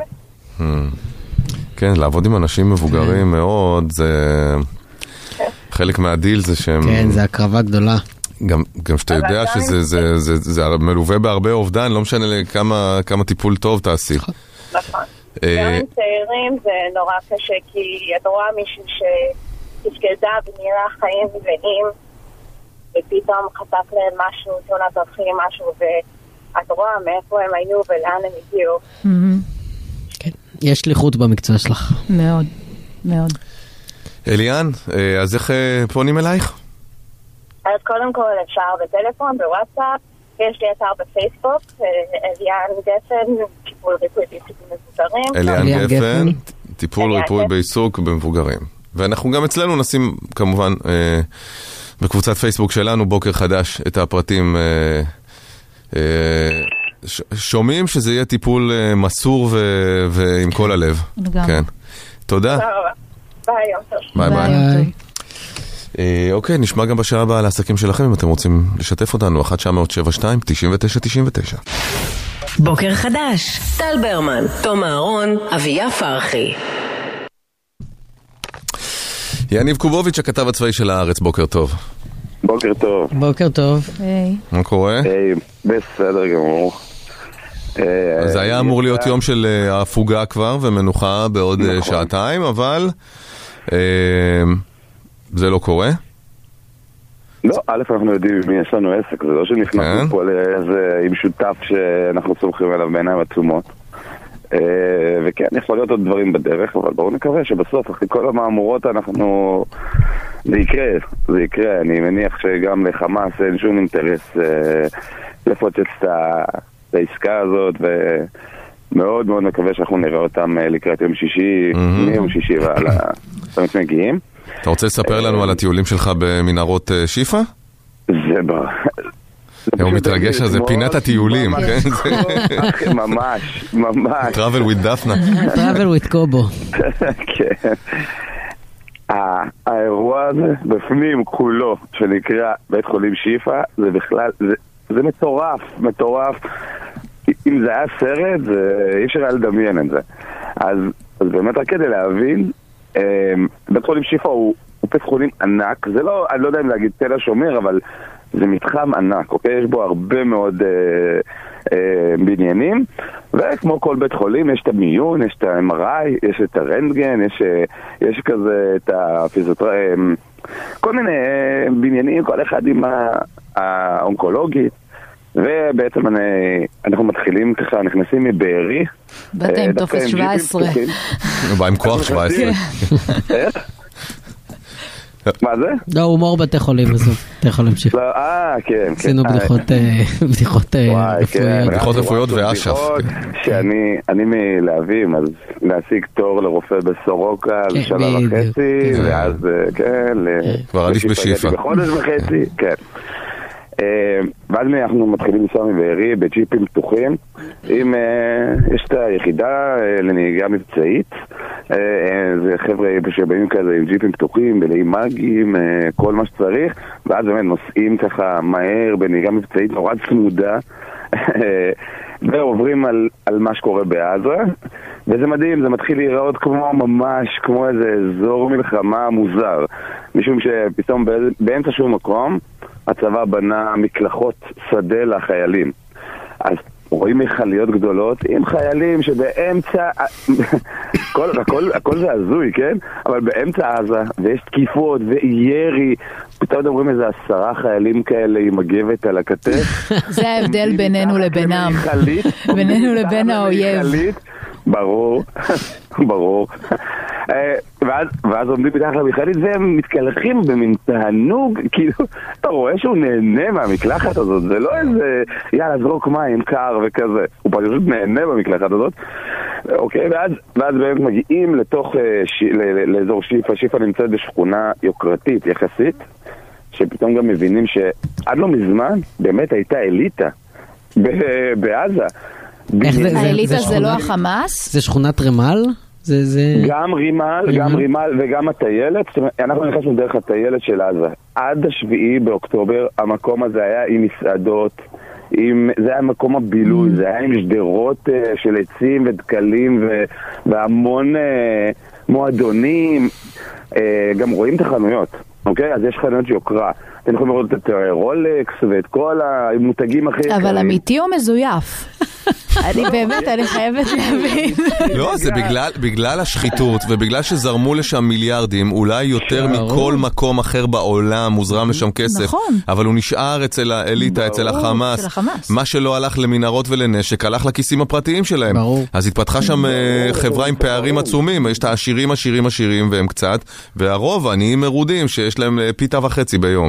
כן, לעבוד עם אנשים מבוגרים מאוד, זה... חלק מהדיל זה שהם... כן, זה הקרבה גדולה. גם, גם שאתה יודע שזה זה, זה, זה, זה מלווה בהרבה אובדן, לא משנה כמה, כמה טיפול טוב תעשי. נכון. גם עם צעירים זה נורא קשה, כי את רואה מישהו שתפקדה ונראה חיים מלאים, ופתאום חטף להם משהו, תאונת דרכים, משהו, ואת רואה מאיפה הם היו ולאן הם הגיעו. כן, יש שליחות במקצוע שלך. מאוד, מאוד. אליאן, אז איך פונים אלייך? אז קודם כל אפשר בטלפון, בוואטסאפ, יש לי אתר בפייסבוק, אליאן גפן, טיפול ריפוי בעיסוק במבוגרים. אליאן גפן, טיפול ריפוי בעיסוק במבוגרים. ואנחנו גם אצלנו נשים כמובן בקבוצת פייסבוק שלנו, בוקר חדש, את הפרטים. שומעים שזה יהיה טיפול מסור ועם כל הלב. כן. תודה. ביי, יום טוב. ביי ביי. אוקיי, נשמע גם בשעה הבאה על העסקים שלכם, אם אתם רוצים לשתף אותנו, אחת תשע שבע שתיים תשעים ותשע תשעים ותשע. בוקר חדש, טל ברמן, תום אהרון, אביה פרחי. יניב קובוביץ', הכתב הצבאי של הארץ, בוקר טוב. בוקר טוב. בוקר טוב. היי. מה קורה? היי, בסדר גמור. אז זה היה אמור להיות יום של ההפוגה כבר ומנוחה בעוד שעתיים, אבל זה לא קורה. לא, א', אנחנו יודעים מי יש לנו עסק, זה לא שנכנסנו פה לאיזה עם שותף שאנחנו סומכים עליו בעיניים עצומות. וכן, יכול להיות עוד דברים בדרך, אבל בואו נקווה שבסוף, אחרי כל המאמורות אנחנו... זה יקרה, זה יקרה. אני מניח שגם לחמאס אין שום אינטרס לפוצץ את העסקה הזאת, ומאוד מאוד מקווה שאנחנו נראה אותם לקראת יום שישי, מיום שישי ועל הפעמים מגיעים. אתה רוצה לספר לנו על הטיולים שלך במנהרות שיפה? זה בר... הוא מתרגש על זה, פינת הטיולים, כן? ממש, ממש. Travel with דפנה. Travel with קובו. כן. האירוע הזה בפנים כולו, שנקרא בית חולים שיפה, זה בכלל, זה מטורף, מטורף. אם זה היה סרט, אי אפשר היה לדמיין את זה. אז באמת רק כדי להבין, בית חולים שיפה הוא בית חולים ענק, זה לא, אני לא יודע אם להגיד תל השומר, אבל זה מתחם ענק, אוקיי? יש בו הרבה מאוד אה, אה, בניינים, וכמו כל בית חולים יש את המיון, יש את ה-אם אר איי, יש את הרנטגן, יש, יש כזה את הפיזיותרפיה, אה, כל מיני אה, בניינים, כל אחד עם האונקולוגית, ובעצם אני, אנחנו מתחילים ככה, נכנסים מבארי. באת עם טופס שבע עשרה. בא עם כוח שבע עשרה. איך? מה זה? לא, הומור בתי חולים בסוף, בתי חולים שיפה. אה, כן. עשינו בדיחות רפואיות. בדיחות רפואיות ואשף. שאני מלהבים, אז להשיג תור לרופא בסורוקה לשנה וחצי, ואז, כן, כבר עדיף בשיפה. בחודש וחצי, כן. ואז אנחנו מתחילים לנסוע מבארי בג'יפים פתוחים, יש את היחידה לנהיגה מבצעית, זה חבר'ה שבאים כזה עם ג'יפים פתוחים, בלעים מגים, כל מה שצריך, ואז באמת נוסעים ככה מהר בנהיגה מבצעית נורא צמודה, ועוברים על, על מה שקורה בעזה, וזה מדהים, זה מתחיל להיראות כמו ממש, כמו איזה אזור מלחמה מוזר, משום שפתאום באמצע שום מקום הצבא בנה מקלחות שדה לחיילים. אז רואים מכליות גדולות עם חיילים שבאמצע הכל, הכל, הכל זה הזוי, כן? אבל באמצע עזה, ויש תקיפות וירי, פתאום אומרים איזה עשרה חיילים כאלה עם מגבת על הכתף. זה ההבדל בינינו לבינם. בינינו לבין האויב. ברור, ברור. ואז, ואז עומדים מתחת למכלית והם מתקלחים במין תענוג, כאילו, אתה רואה שהוא נהנה מהמקלחת הזאת, זה לא איזה, יאללה, זרוק מים, קר וכזה, הוא פשוט נהנה במקלחת הזאת, אוקיי, ואז, ואז באמת מגיעים לתוך, ש, לאזור שיפה, שיפה נמצאת בשכונה יוקרתית יחסית, שפתאום גם מבינים שעד לא מזמן באמת הייתה אליטה בעזה. האליטה זה לא החמאס? זה שכונת רמל? זה, זה... גם רימל, גם רימל וגם הטיילת, אנחנו נכנסנו דרך הטיילת של עזה. עד השביעי באוקטובר המקום הזה היה עם מסעדות, עם... זה היה מקום הבילוי, זה היה עם שדרות uh, של עצים ודקלים ו... והמון uh, מועדונים, uh, גם רואים את החנויות, אוקיי? אז יש חנויות שיוקרה. אתם יכולים לראות את רולקס ואת כל המותגים הכי יקרים. אבל אמיתי או מזויף? אני באמת, אני חייבת להבין. לא, זה בגלל השחיתות, ובגלל שזרמו לשם מיליארדים, אולי יותר מכל מקום אחר בעולם, מוזרם לשם כסף, אבל הוא נשאר אצל האליטה, אצל החמאס. מה שלא הלך למנהרות ולנשק, הלך לכיסים הפרטיים שלהם. אז התפתחה שם חברה עם פערים עצומים, יש את העשירים, עשירים, עשירים, והם קצת, והרוב עניים מרודים, שיש להם פיתה וחצי ביום.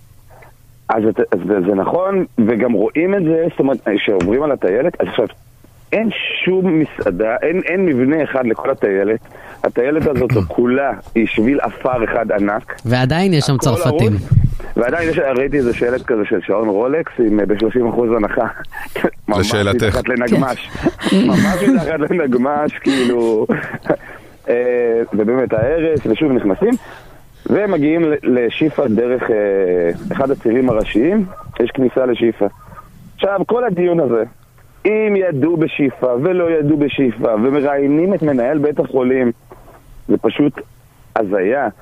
אז זה, זה נכון, וגם רואים את זה, זאת אומרת, שעוברים על הטיילת, אז עכשיו, אין שום מסעדה, אין, אין מבנה אחד לכל הטיילת, הטיילת הזאת כולה היא שביל אפר אחד ענק. ועדיין יש שם צרפתים. ועדיין יש, ראיתי איזה שלט כזה של שעון רולקס, עם ב-שלושים אחוז הנחה. לשאלתך. ממש מתחת לנגמש. ממש מתחת לנגמש, כאילו, ובאמת הערס, ושוב נכנסים. ומגיעים לשיפה דרך אה, אחד הצירים הראשיים, יש כניסה לשיפה. עכשיו, כל הדיון הזה, אם ידעו בשיפה ולא ידעו בשיפה, ומראיינים את מנהל בית החולים, זה פשוט הזיה.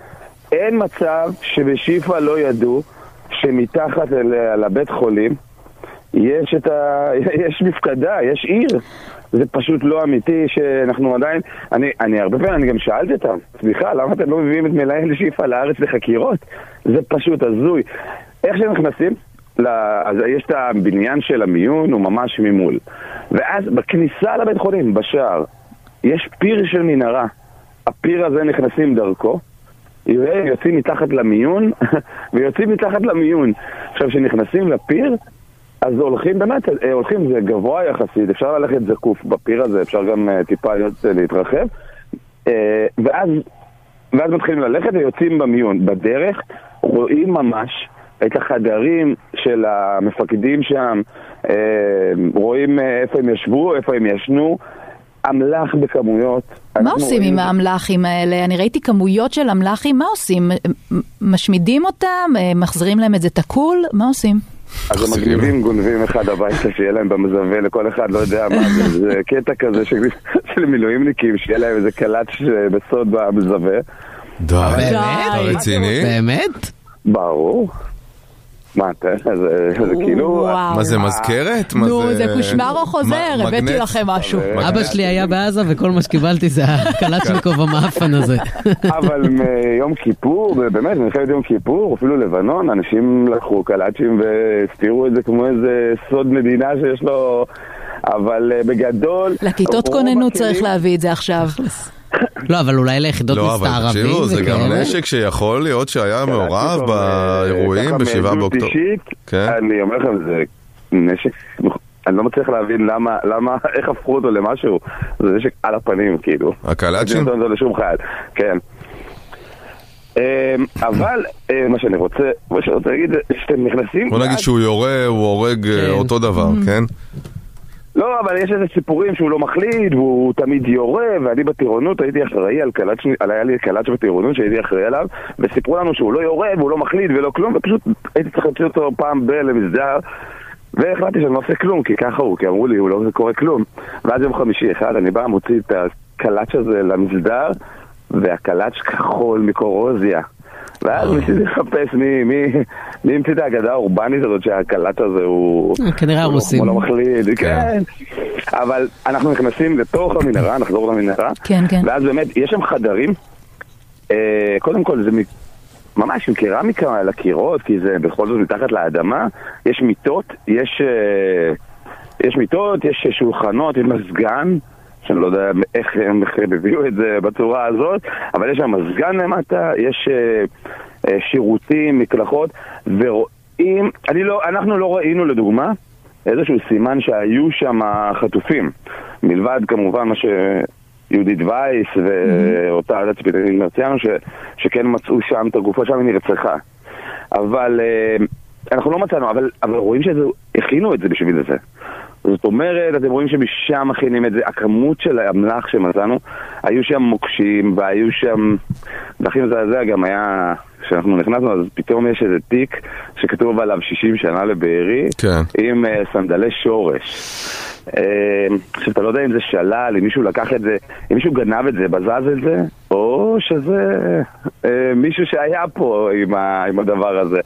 אין מצב שבשיפה לא ידעו שמתחת לבית חולים יש את ה... יש מפקדה, יש עיר. זה פשוט לא אמיתי שאנחנו עדיין... אני, אני הרבה פעמים, אני גם שאלתי אותם, סליחה, למה אתם לא מביאים את מלאי לשיפה לארץ לחקירות? זה פשוט הזוי. איך שהם נכנסים? לה... אז יש את הבניין של המיון, הוא ממש ממול. ואז בכניסה לבית חולים, בשער, יש פיר של מנהרה. הפיר הזה נכנסים דרכו, ויוצאים מתחת למיון, ויוצאים מתחת למיון. עכשיו, כשנכנסים לפיר, אז הולכים באמת, הולכים, זה גבוה יחסית, אפשר ללכת זקוף בפיר הזה, אפשר גם טיפה להתרחב, ואז, ואז מתחילים ללכת ויוצאים במיון. בדרך רואים ממש את החדרים של המפקדים שם, רואים איפה הם ישבו, איפה הם ישנו, אמל"ח בכמויות. מה עושים עם האמל"חים האלה? אני ראיתי כמויות של אמל"חים, מה עושים? משמידים אותם? מחזירים להם את זה תקול? מה עושים? אז הם מגניבים, גונבים אחד הביתה שיהיה להם במזווה, לכל אחד לא יודע מה זה, זה קטע כזה של מילואימניקים, שיהיה להם איזה קלט בסוד במזווה. די, אתה רציני? באמת? ברור. מה, זה כאילו... מה זה, מזכרת? נו, זה קושמרו חוזר, הבאתי לכם משהו. אבא שלי היה בעזה וכל מה שקיבלתי זה הקלצ'ניקוב המאפן הזה. אבל מיום כיפור, באמת, מלחמת יום כיפור, אפילו לבנון, אנשים לקחו קלצ'ים והסתירו את זה כמו איזה סוד מדינה שיש לו... אבל בגדול... לכיתות כוננות צריך להביא את זה עכשיו. לא, אבל אולי ליחידות מסתערבים. לא, אבל תקשיבו, זה גם נשק שיכול להיות שהיה מעורב באירועים בשבעה באוקטובר. אני אומר לכם, זה נשק, אני לא מצליח להבין למה, איך הפכו אותו למשהו. זה נשק על הפנים, כאילו. הקלצ'ים? זה לא לשום חייל, כן. אבל מה שאני רוצה, מה שאני רוצה להגיד, שאתם נכנסים... בוא נגיד שהוא יורה, הוא הורג אותו דבר, כן? לא, אבל יש איזה סיפורים שהוא לא מחליט, והוא תמיד יורה, ואני בטירונות הייתי אחראי על קלאץ', היה לי קלאץ' בטירונות שהייתי אחראי עליו, וסיפרו לנו שהוא לא יורה, והוא לא מחליט ולא כלום, ופשוט הייתי צריך להוציא אותו פעם ב- למסדר, והחלטתי שאני לא עושה כלום, כי ככה הוא, כי אמרו לי, הוא לא קורה כלום. ואז יום חמישי אחד, אני בא, מוציא את הקלאץ' הזה למסדר, והקלאץ' כחול מקורוזיה. ואז ניסיתי לחפש מי, מי, מי המציא את האגדה האורבנית הזאת שהקלט הזה הוא... כנראה הרוסים. הוא לא מחליט, כן. אבל אנחנו נכנסים לתוך המנהרה, נחזור למנהרה. כן, כן. ואז באמת, יש שם חדרים. קודם כל זה ממש עם קרמיקה על הקירות, כי זה בכל זאת מתחת לאדמה. יש מיטות, יש, יש מיטות, יש שולחנות, יש מזגן. שאני לא יודע איך הם הביאו את זה בצורה הזאת, אבל יש שם מזגן למטה, יש uh, uh, שירותים, מקלחות, ורואים, אני לא, אנחנו לא ראינו לדוגמה איזשהו סימן שהיו שם חטופים, מלבד כמובן מה שיהודית וייס ואותה עדת ספיטנית מרציאנו, ש, שכן מצאו שם את הגופה, שם היא נרצחה. אבל uh, אנחנו לא מצאנו, אבל, אבל רואים שהכינו את זה בשביל זה. זאת אומרת, אתם רואים שמשם מכינים את זה, הכמות של המלח שמצאנו, היו שם מוקשים, והיו שם, והכי מזעזע גם היה, כשאנחנו נכנסנו, אז פתאום יש איזה תיק שכתוב עליו שישים שנה לבארי, כן. עם uh, סנדלי שורש. עכשיו, אתה לא יודע אם זה שלל, אם מישהו לקח את זה, אם מישהו גנב את זה, בזז את זה, או שזה uh, מישהו שהיה פה עם, ה, עם הדבר הזה.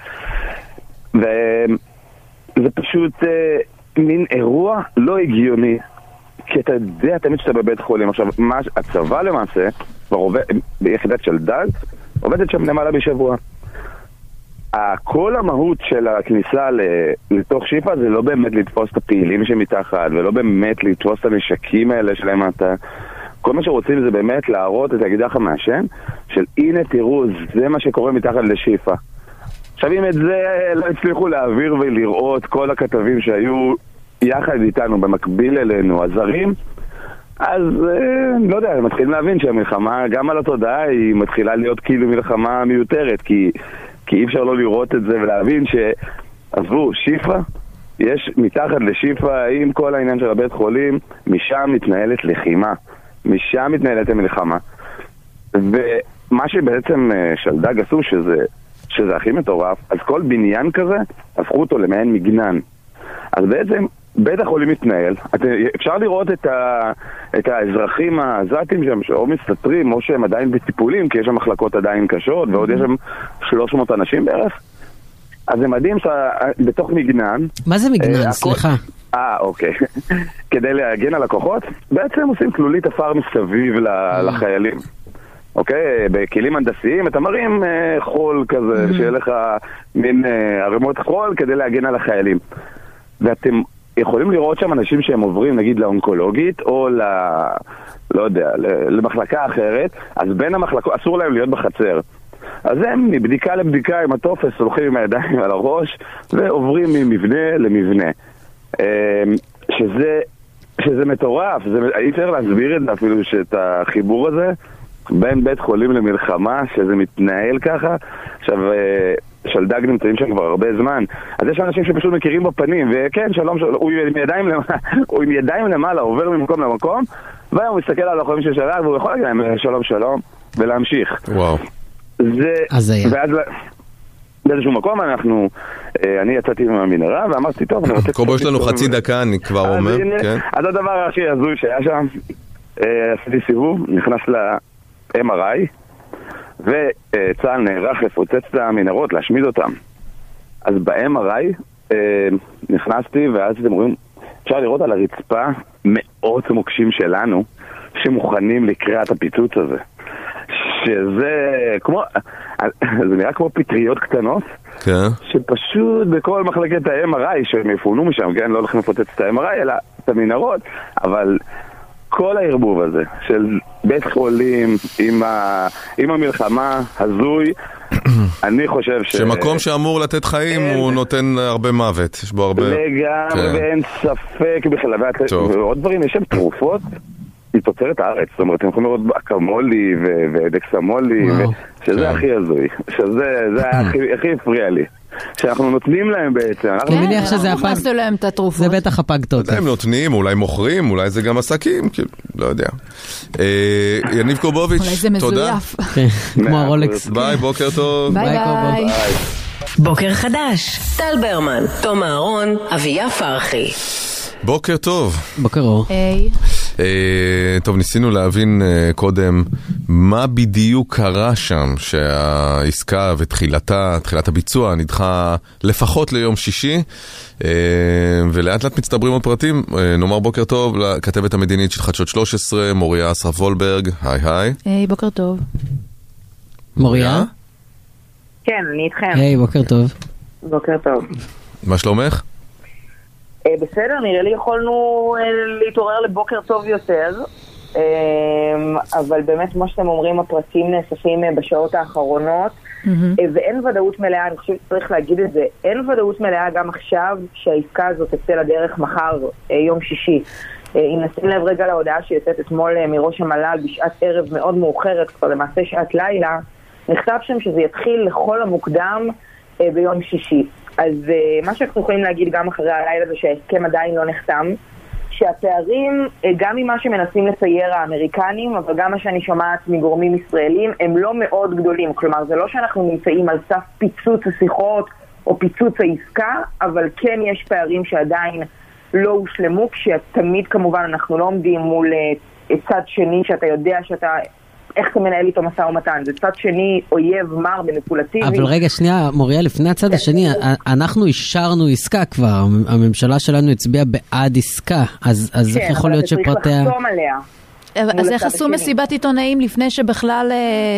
וזה פשוט... Uh, מין אירוע לא הגיוני, כי אתה יודע תמיד שאתה בבית חולים. עכשיו, מה, הצבא למעשה, עובד, ביחידת של דג, עובדת שם למעלה בשבוע. כל המהות של הכניסה לתוך שיפה זה לא באמת לתפוס את הפעילים שמתחת, ולא באמת לתפוס את הנשקים האלה שלהם. אתה... כל מה שרוצים זה באמת להראות את האקדח המעשן, של הנה תראו, זה מה שקורה מתחת לשיפה. עכשיו אם את זה לא הצליחו להעביר ולראות כל הכתבים שהיו יחד איתנו במקביל אלינו, הזרים, אז לא יודע, הם מתחילים להבין שהמלחמה גם על התודעה היא מתחילה להיות כאילו מלחמה מיותרת, כי, כי אי אפשר לא לראות את זה ולהבין שעזבו, שיפה, יש מתחת לשיפה עם כל העניין של הבית חולים, משם מתנהלת לחימה, משם מתנהלת המלחמה. ומה שבעצם שלדג עשו שזה שזה הכי מטורף, אז כל בניין כזה הפכו אותו למעין מגנן. אז בעצם בית החולים מתנהל, את, אפשר לראות את, ה, את האזרחים העזתים שם, או מסתתרים, או שהם עדיין בטיפולים, כי יש שם מחלקות עדיין קשות, ועוד יש שם שלוש מאות אנשים בערך. אז זה מדהים שבתוך מגנן... מה זה מגנן? סליחה. אה, אוקיי. כדי להגן על הכוחות, בעצם עושים כלולית אפר מסביב לחיילים. אוקיי? בכלים הנדסיים, אתה מרים חול כזה, שיהיה לך מין ערימות חול כדי להגן על החיילים. ואתם יכולים לראות שם אנשים שהם עוברים, נגיד, לאונקולוגית, או ל... לא יודע, למחלקה אחרת, אז בין המחלקות, אסור להם להיות בחצר. אז הם מבדיקה לבדיקה עם הטופס הולכים עם הידיים על הראש ועוברים ממבנה למבנה, שזה, שזה מטורף. זה, אי אפשר להסביר את זה אפילו, שאת החיבור הזה בין בית חולים למלחמה, שזה מתנהל ככה. עכשיו שלדג נמצאים שם כבר הרבה זמן, אז יש אנשים שפשוט מכירים בפנים, וכן, שלום, שלום, הוא עם ידיים למעלה, הוא עם ידיים למעלה עובר ממקום למקום, והוא מסתכל על החולים של שלג והוא יכול להגיד להם שלום שלום ולהמשיך. וואו. זה, ואז באיזשהו מקום אנחנו, אני יצאתי עם המנהרה ואמרתי טוב, אני רוצה... קובו, יש לנו חצי דקה, אני כבר אומר. אז הדבר הכי הזוי שהיה שם, עשיתי סיבוב, נכנס ל-אם אר איי, וצה"ל נערך לפוצץ את המנהרות, להשמיד אותם. אז ב-אם אר איי נכנסתי, ואז אתם רואים, אפשר לראות על הרצפה מאות מוקשים שלנו, שמוכנים לקראת הפיצוץ הזה. שזה כמו, זה נראה כמו פטריות קטנות, כן. שפשוט בכל מחלקת ה-אם אר איי שהם יפונו משם, כן, לא הולכים לפוצץ את ה-אם אר איי אלא את המנהרות, אבל כל הערבוב הזה של בית חולים עם, ה... עם המלחמה הזוי, אני חושב ש... שמקום שאמור לתת חיים אין... הוא נותן הרבה מוות, יש בו הרבה... לגמרי, כן. ואין ספק בכלל, ועוד דברים, יש שם תרופות מתוצרת הארץ, זאת אומרת, אתם יכולים לראות אקמולי ודקסמולי, שזה הכי הזוי, שזה הכי הפריע לי. שאנחנו נותנים להם בעצם. אני מניח שזה הפג... זה בטח הפג תוצף. הם נותנים, אולי מוכרים, אולי זה גם עסקים, לא יודע. יניב קובוביץ', תודה. אולי זה מזויף. כמו הרולקס. ביי, בוקר טוב. ביי ביי. בוקר חדש. טל ברמן, תום אהרון, אביה פרחי. בוקר טוב. בוקר אור. היי. טוב, ניסינו להבין קודם מה בדיוק קרה שם, שהעסקה ותחילתה, תחילת הביצוע נדחה לפחות ליום שישי, ולאט לאט מצטברים עוד פרטים. נאמר בוקר טוב לכתבת המדינית של חדשות שלוש עשרה, מוריה אסרף וולברג. היי היי. היי, בוקר טוב. מוריה? כן, אני איתכם. היי, בוקר טוב. בוקר טוב. מה שלומך? בסדר, נראה לי יכולנו להתעורר לבוקר טוב יותר, אבל באמת, כמו שאתם אומרים, הפרטים נאספים בשעות האחרונות, ואין ודאות מלאה, אני חושבת שצריך להגיד את זה, אין ודאות מלאה גם עכשיו שהעסקה הזאת תצא לדרך מחר, יום שישי. אם נשים לב רגע להודעה שיוצאת אתמול מראש המל"ל בשעת ערב מאוד מאוחרת, כבר למעשה שעת לילה, נכתב שם שזה יתחיל לכל המוקדם ביום שישי. אז uh, מה שאנחנו יכולים להגיד גם אחרי הלילה זה שההסכם עדיין לא נחתם, שהפערים, uh, גם ממה שמנסים לצייר האמריקנים, אבל גם מה שאני שומעת מגורמים ישראלים, הם לא מאוד גדולים. כלומר, זה לא שאנחנו נמצאים על סף פיצוץ השיחות או פיצוץ העסקה, אבל כן יש פערים שעדיין לא הושלמו, כשתמיד כמובן אנחנו לא עומדים מול uh, צד שני שאתה יודע שאתה... איך אתה מנהל איתו משא ומתן? זה צד שני אויב מר ומניפולטיבי. אבל רגע, שנייה, מוריה, לפני הצד השני, אנחנו אישרנו עסקה כבר, הממשלה שלנו הצביעה בעד עסקה, אז איך יכול להיות שפרטיה... כן, אבל אתה צריך לחתום עליה. אז איך עשו מסיבת עיתונאים לפני שבכלל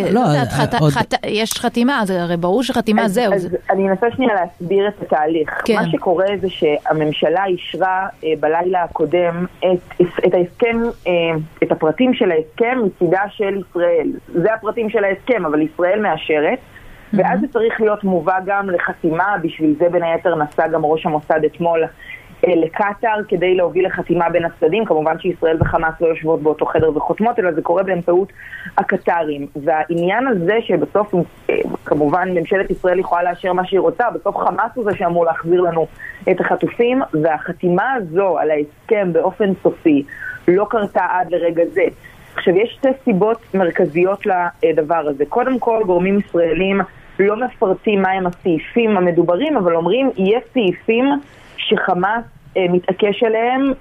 יש חתימה? זה הרי ברור שחתימה זהו. אז אני אנסה שנייה להסביר את התהליך. מה שקורה זה שהממשלה אישרה בלילה הקודם את ההסכם, את הפרטים של ההסכם מצידה של ישראל. זה הפרטים של ההסכם, אבל ישראל מאשרת, ואז זה צריך להיות מובא גם לחתימה. בשביל זה בין היתר נסע גם ראש המוסד אתמול לקטר כדי להוביל לחתימה בין הצדדים. כמובן שישראל וחמאס לא יושבות באותו חדר וחותמות, אלא זה קורה באמצעות הקטרים. והעניין הזה שבסוף כמובן ממשלת ישראל יכולה לאשר מה שהיא רוצה, בסוף חמאס הוא זה שאמור להחזיר לנו את החטופים, והחתימה הזו על ההסכם באופן סופי לא קרתה עד לרגע זה. עכשיו, יש שתי סיבות מרכזיות לדבר הזה. קודם כל, גורמים ישראלים לא מפרטים מהם הסעיפים המדוברים, אבל אומרים, יש סעיפים שחמאס מתעקש עליהם,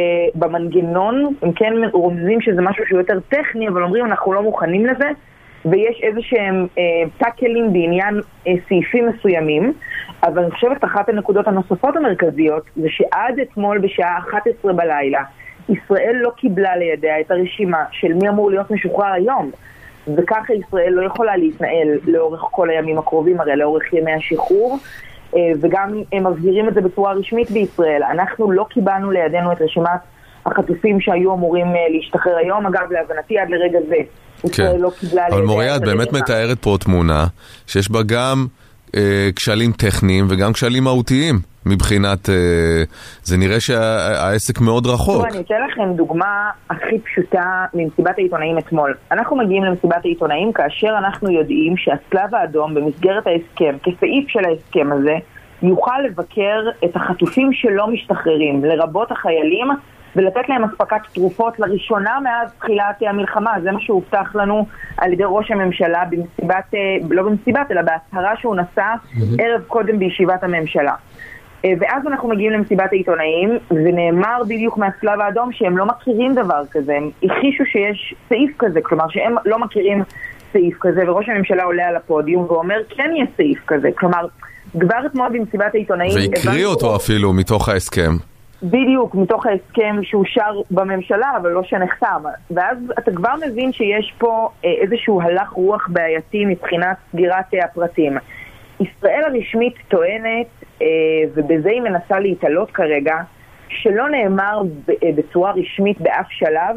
ובמנגנון הם כן רומזים שזה משהו שהוא יותר טכני, אבל אומרים אנחנו לא מוכנים לזה, ויש איזה שהם אה, טאקלים בעניין אה, סעיפים מסוימים, אבל אני חושבת אחת הנקודות הנוספות המרכזיות זה שעד אתמול בשעה אחת עשרה בלילה ישראל לא קיבלה לידיה את הרשימה של מי אמור להיות משוחרר היום, וככה ישראל לא יכולה להתנהל לאורך כל הימים הקרובים, הרי לאורך ימי השחרור, אה, וגם הם מבהירים את זה בצורה רשמית בישראל. אנחנו לא קיבלנו לידינו את רשימת החטופים שהיו אמורים אה, להשתחרר היום, אגב להבנתי עד לרגע זה כן. לא אבל מוריה, את באמת מתארת פה תמונה שיש בה גם אה, כשלים טכניים וגם כשלים מהותיים מבחינת, אה, זה נראה שהעסק מאוד רחוק. אני אתן לכם דוגמה הכי פשוטה ממסיבת העיתונאים אתמול. אנחנו מגיעים למסיבת העיתונאים כאשר אנחנו יודעים שהצלב האדום במסגרת ההסכם, כסעיף של ההסכם הזה, יוכל לבקר את החטופים שלא משתחררים, לרבות החיילים, ולתת להם אספקת תרופות לראשונה מאז תחילת המלחמה. זה מה שהובטח לנו על ידי ראש הממשלה במסיבת, לא במסיבת, אלא בהצהרה שהוא נשא ערב קודם בישיבת הממשלה. ואז אנחנו מגיעים למסיבת העיתונאים, ונאמר בדיוק מהצלב האדום שהם לא מכירים דבר כזה, הם הכישו שיש סעיף כזה, כלומר שהם לא מכירים סעיף כזה, וראש הממשלה עולה על הפודיום ואומר כן יש סעיף כזה, כלומר כבר אתמול במסיבת העיתונאים והקריא אותו אפילו מתוך ההסכם. בדיוק, מתוך ההסכם שאושר בממשלה, אבל לא שנחתם. ואז אתה כבר מבין שיש פה איזשהו הלך רוח בעייתי מבחינת סגירת הפרטים. ישראל הרשמית טוענת, ובזה היא מנסה להתעלות כרגע, שלא נאמר בצורה רשמית באף שלב,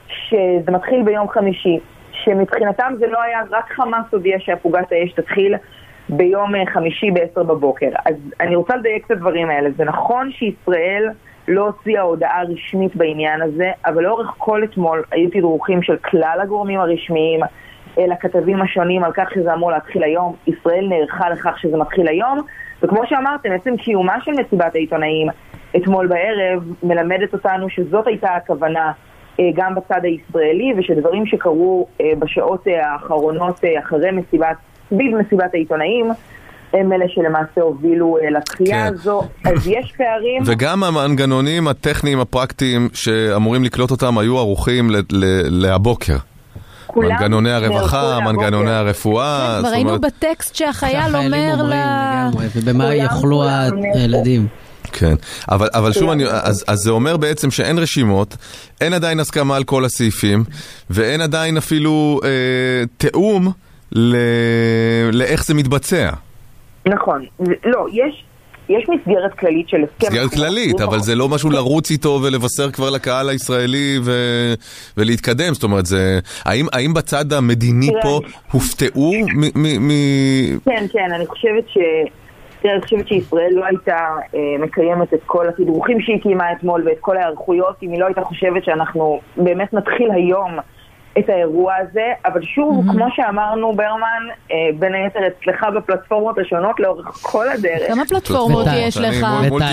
שזה מתחיל ביום חמישי. שמבחינתם זה לא היה רק חמאס הודיע שהפוגת האש תתחיל ביום חמישי בעשר בבוקר. אז אני רוצה לדייק את הדברים האלה. זה נכון שישראל לא הוציאה הודעה רשמית בעניין הזה, אבל לאורך כל אתמול היו תדרוכים של כלל הגורמים הרשמיים לכתבים השונים על כך שזה אמור להתחיל היום. ישראל נערכה לכך שזה מתחיל היום, וכמו שאמרתם, עצם קיומה של מסיבת העיתונאים אתמול בערב מלמדת אותנו שזאת הייתה הכוונה גם בצד הישראלי, ושדברים שקרו בשעות האחרונות אחרי מסיבת, סביב מסיבת העיתונאים, הם אלה שלמעשה הובילו לתחייה כן. הזו, אז יש פערים. וגם המנגנונים הטכניים הפרקטיים שאמורים לקלוט אותם היו ערוכים ל- ל- להבוקר. מנגנוני הרווחה, מנגנוני הרפואה. כן, ראינו בטקסט שהחייל אומר לה... ובמה יאכלו הילדים. כן, אבל, אבל שוב, אני, אז, אז זה אומר בעצם שאין רשימות, אין עדיין הסכמה על כל הסעיפים, ואין עדיין אפילו אה, תאום ל, לאיך זה מתבצע. נכון, לא, יש, יש מסגרת כללית של הסכם. מסגרת כללית, אבל זה לא משהו לרוץ איתו ולבשר כבר לקהל הישראלי ו... ולהתקדם, זאת אומרת, זה... האם, האם בצד המדיני פה הופתעו מ... מ... מ... כן, כן, אני חושבת ש... אני חושבת שישראל לא הייתה אה, מקיימת את כל התדרוכים שהיא קיימה אתמול ואת כל ההיערכויות, אם היא לא הייתה חושבת שאנחנו באמת נתחיל היום את האירוע הזה, אבל שוב, mm-hmm. כמו שאמרנו ברמן, אה, בין היתר אצלך בפלטפורמות השונות לאורך כל הדרך. כמה פלטפורמות יש לך?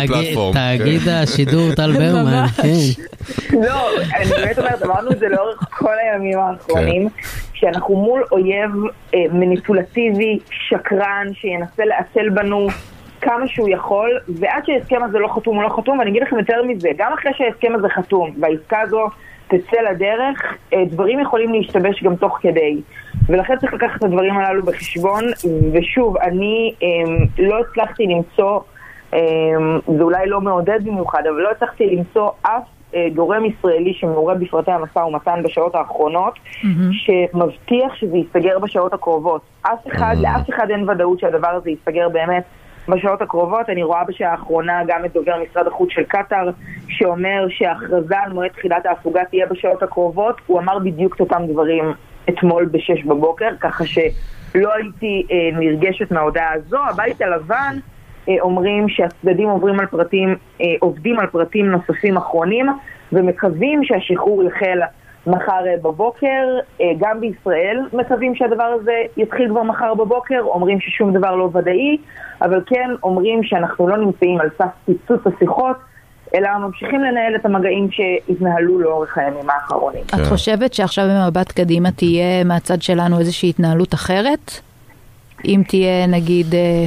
בתאגיד השידור טל ברמן, כן. לא, אני באמת אומרת, אמרנו את זה לאורך כל הימים האחרונים, שאנחנו מול אויב אה, מניפולטיבי, שקרן, שינסה לעצל בנו כמה שהוא יכול, ועד שההסכם הזה לא חתום או לא חתום, ואני אגיד לכם יותר מזה, גם אחרי שההסכם הזה חתום, והעסקה הזו תצא לדרך, דברים יכולים להשתבש גם תוך כדי. ולכן צריך לקחת את הדברים הללו בחשבון, ושוב, אני אה, לא הצלחתי למצוא, אה, זה אולי לא מעודד במיוחד, אבל לא הצלחתי למצוא אף אה, גורם ישראלי שמעורב בפרטי המשא ומתן בשעות האחרונות, mm-hmm. שמבטיח שזה יסתגר בשעות הקרובות. אף אחד, mm-hmm. לאף אחד אין ודאות שהדבר הזה יסתגר באמת בשעות הקרובות. אני רואה בשעה האחרונה גם את דובר משרד החוץ של קטר שאומר שההכרזה על מועד תחילת ההפוגה תהיה בשעות הקרובות. הוא אמר בדיוק את אותם דברים אתמול בשש בבוקר, ככה שלא הייתי אה, נרגשת מההודעה הזו. הבית הלבן אה, אומרים שהצדדים עוברים על פרטים, אה, עובדים על פרטים נוספים אחרונים ומקווים שהשחרור יחל מחר בבוקר. גם בישראל מקווים שהדבר הזה יתחיל כבר מחר בבוקר, אומרים ששום דבר לא ודאי, אבל כן אומרים שאנחנו לא נמצאים על סף פיצוץ השיחות, אלא ממשיכים לנהל את המגעים שהתנהלו לאורך הימים האחרונים. את חושבת שעכשיו במבט קדימה תהיה מהצד שלנו איזושהי התנהלות אחרת? אם תהיה נגיד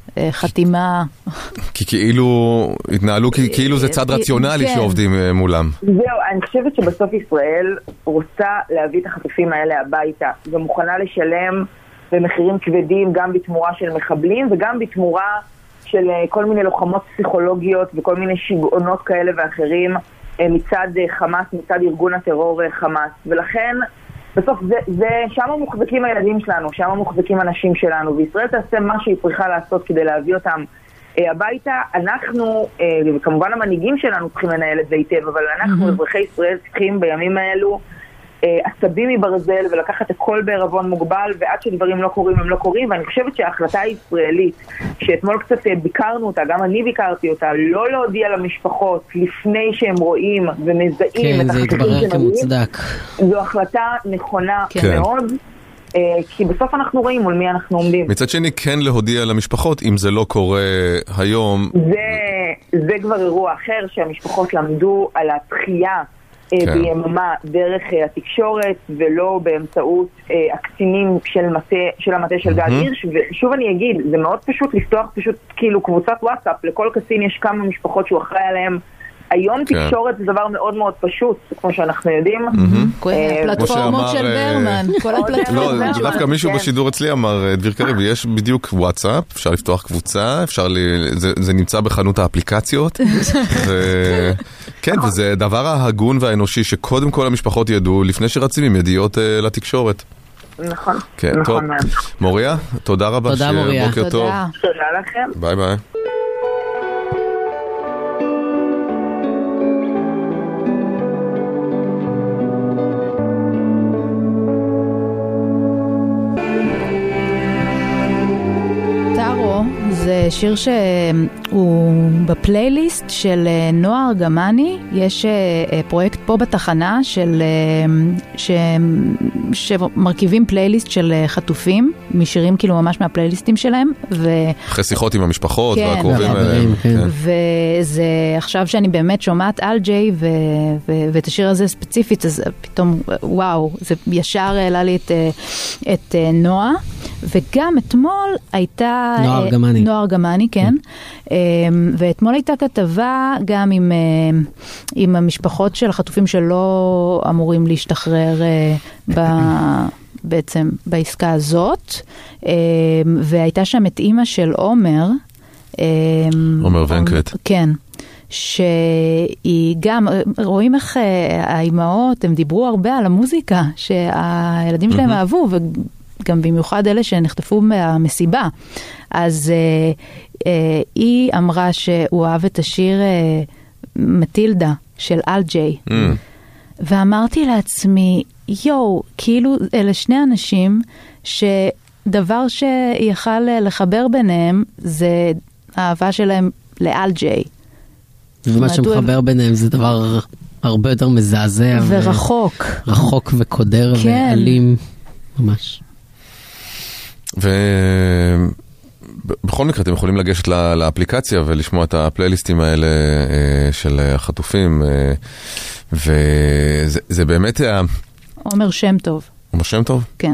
חתימה. כי כאילו התנהלו, כאילו זה צד רציונלי שעובדים מולם. זהו, אני חושבת שבסוף ישראל רוצה להביא את החטופים האלה הביתה, ומוכנה לשלם במחירים כבדים גם בתמורה של מחבלים וגם בתמורה של כל מיני לוחמות פסיכולוגיות וכל מיני שגעונות כאלה ואחרים מצד חמאס, מצד ארגון הטרור חמאס. ולכן בסוף זה, זה שם מוחזקים הילדים שלנו, שם מוחזקים אנשים שלנו, וישראל תעשה מה שהיא צריכה לעשות כדי להביא אותם אה, הביתה. אנחנו, אה, וכמובן המנהיגים שלנו צריכים לנהל את זה היטב, אבל אנחנו, mm-hmm. אזרחי ישראל, צריכים בימים האלו אה, עצבים מברזל ולקחת הכל בערבון מוגבל, ועד שדברים לא קורים הם לא קורים. ואני חושבת שההחלטה הישראלית, שאתמול קצת ביקרנו אותה, גם אני ביקרתי אותה, לא להודיע למשפחות לפני שהם רואים ומזהים כן, את החטופים שמגיעים, כמוצדק. זו החלטה נכונה כן. מאוד, אה, כי בסוף אנחנו רואים מול מי אנחנו עומדים. מצד שני כן להודיע למשפחות, אם זה לא קורה היום. זה, זה כבר אירוע אחר, שהמשפחות למדו על התחייה כן. ביממה דרך התקשורת ולא באמצעות הקצינים של מטה, של המטה של גל הירש. ושוב אני אגיד, זה מאוד פשוט לפתוח פשוט כאילו קבוצת וואטסאפ, לכל קצין יש כמה משפחות שהוא אחראי עליהם. היום תקשורת זה דבר מאוד מאוד פשוט, כמו שאנחנו יודעים. פלטפורמות של ברמן, כל הפלטפורמות. לא, דווקא מישהו בשידור אצלי אמר, דביר קריב, יש בדיוק וואטסאפ, אפשר לפתוח קבוצה, זה נמצא בחנות האפליקציות. כן, וזה דבר ההגון והאנושי, שקודם כל המשפחות ידעו, לפני שרצים עם ידיעות לתקשורת. נכון, נכון. מוריה, תודה רבה. תודה מוריה. בוקר טוב. תודה לכם. ביי ביי. זה שיר שהוא בפלייליסט של נועה ארגמני. יש פרויקט פה בתחנה של ש... שמרכיבים פלייליסט של חטופים, משירים כאילו ממש מהפלייליסטים שלהם. ו... אחרי שיחות עם המשפחות כן, והקרובים אליהם. כן. וזה עכשיו שאני באמת שומעת על ג'יי ו... ו... ואת השיר הזה ספציפית, אז פתאום וואו, זה ישר העלה לי את, את נועה. וגם אתמול הייתה נועה ארגמני. נועה ארגמני, כן. ואתמול הייתה כתבה גם עם, עם המשפחות של החטופים שלא אמורים להשתחרר ב, בעצם בעסקה הזאת. והייתה שם את אימא של עומר. עומר ונקרט. כן. שהיא גם, רואים איך האימהות, הם דיברו הרבה על המוזיקה שהילדים שלהם אהבו, ו... גם במיוחד אלה שנחטפו מהמסיבה. אז אה, אה, היא אמרה שהוא אהב את השיר אה, מטילדה של אל ג'יי. Mm. ואמרתי לעצמי, יו, כאילו אלה שני אנשים שדבר שיכל לחבר ביניהם זה האהבה שלהם לאל ג'יי. ומה שמחבר הם... ביניהם זה דבר הרבה יותר מזעזע. ורחוק. ו... רחוק וקודר כן. ואלים. ממש. ובכל מקרה אתם יכולים לגשת לאפליקציה ולשמוע את הפלייליסטים האלה של החטופים, וזה באמת עומר שם טוב. עומר שם טוב? כן.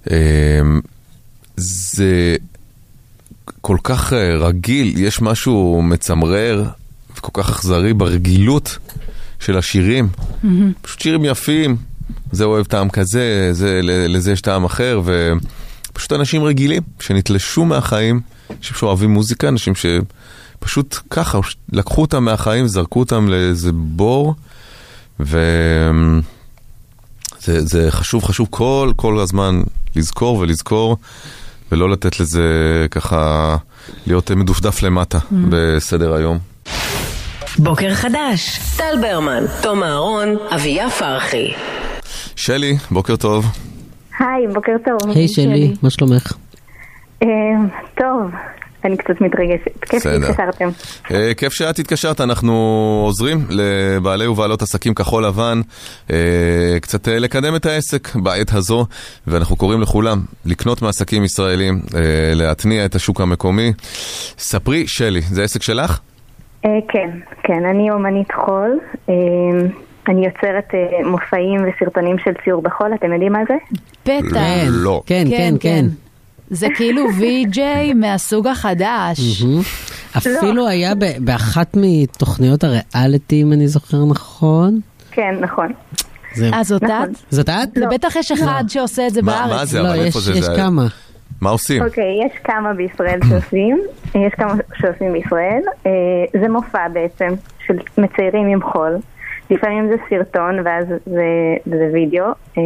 זה כל כך רגיל, יש משהו מצמרר וכל כך אכזרי ברגילות של השירים. פשוט שירים יפים, זה אוהב טעם כזה, לזה יש טעם אחר, ו... פשוט אנשים רגילים שנתלשו מהחיים, אנשים שאוהבים מוזיקה, אנשים שפשוט ככה לקחו אותם מהחיים, זרקו אותם לאיזה בור, וזה זה חשוב, חשוב כל, כל הזמן לזכור ולזכור, ולא לתת לזה ככה להיות מדופדף למטה mm-hmm. בסדר היום. בוקר חדש, טל ברמן, תום אהרון, אביה פרחי. שלי, בוקר טוב. היי, בוקר טוב. היי שלי, מה שלומך? טוב, אני קצת מתרגשת. כיף שהתקשרתם. כיף שאת התקשרת, אנחנו עוזרים לבעלי ובעלות עסקים כחול לבן קצת לקדם את העסק בעת הזו, ואנחנו קוראים לכולם לקנות מעסקים ישראלים, להתניע את השוק המקומי. ספרי, שלי, זה עסק שלך? כן, כן, אני אומנית חול. אני יוצרת מופעים וסרטונים של ציור בחול, אתם יודעים מה זה? בטח. לא. כן, כן, כן. זה כאילו וי-ג'יי מהסוג החדש. אפילו היה באחת מתוכניות הריאליטי, אם אני זוכר נכון. כן, נכון. אה, זאת את? זאת את? בטח יש אחד שעושה את זה בארץ. מה זה? אבל איפה זה? יש כמה. מה עושים? אוקיי, יש כמה בישראל שעושים. יש כמה שעושים בישראל. זה מופע בעצם של מציירים עם חול. לפעמים זה סרטון ואז זה וידאו.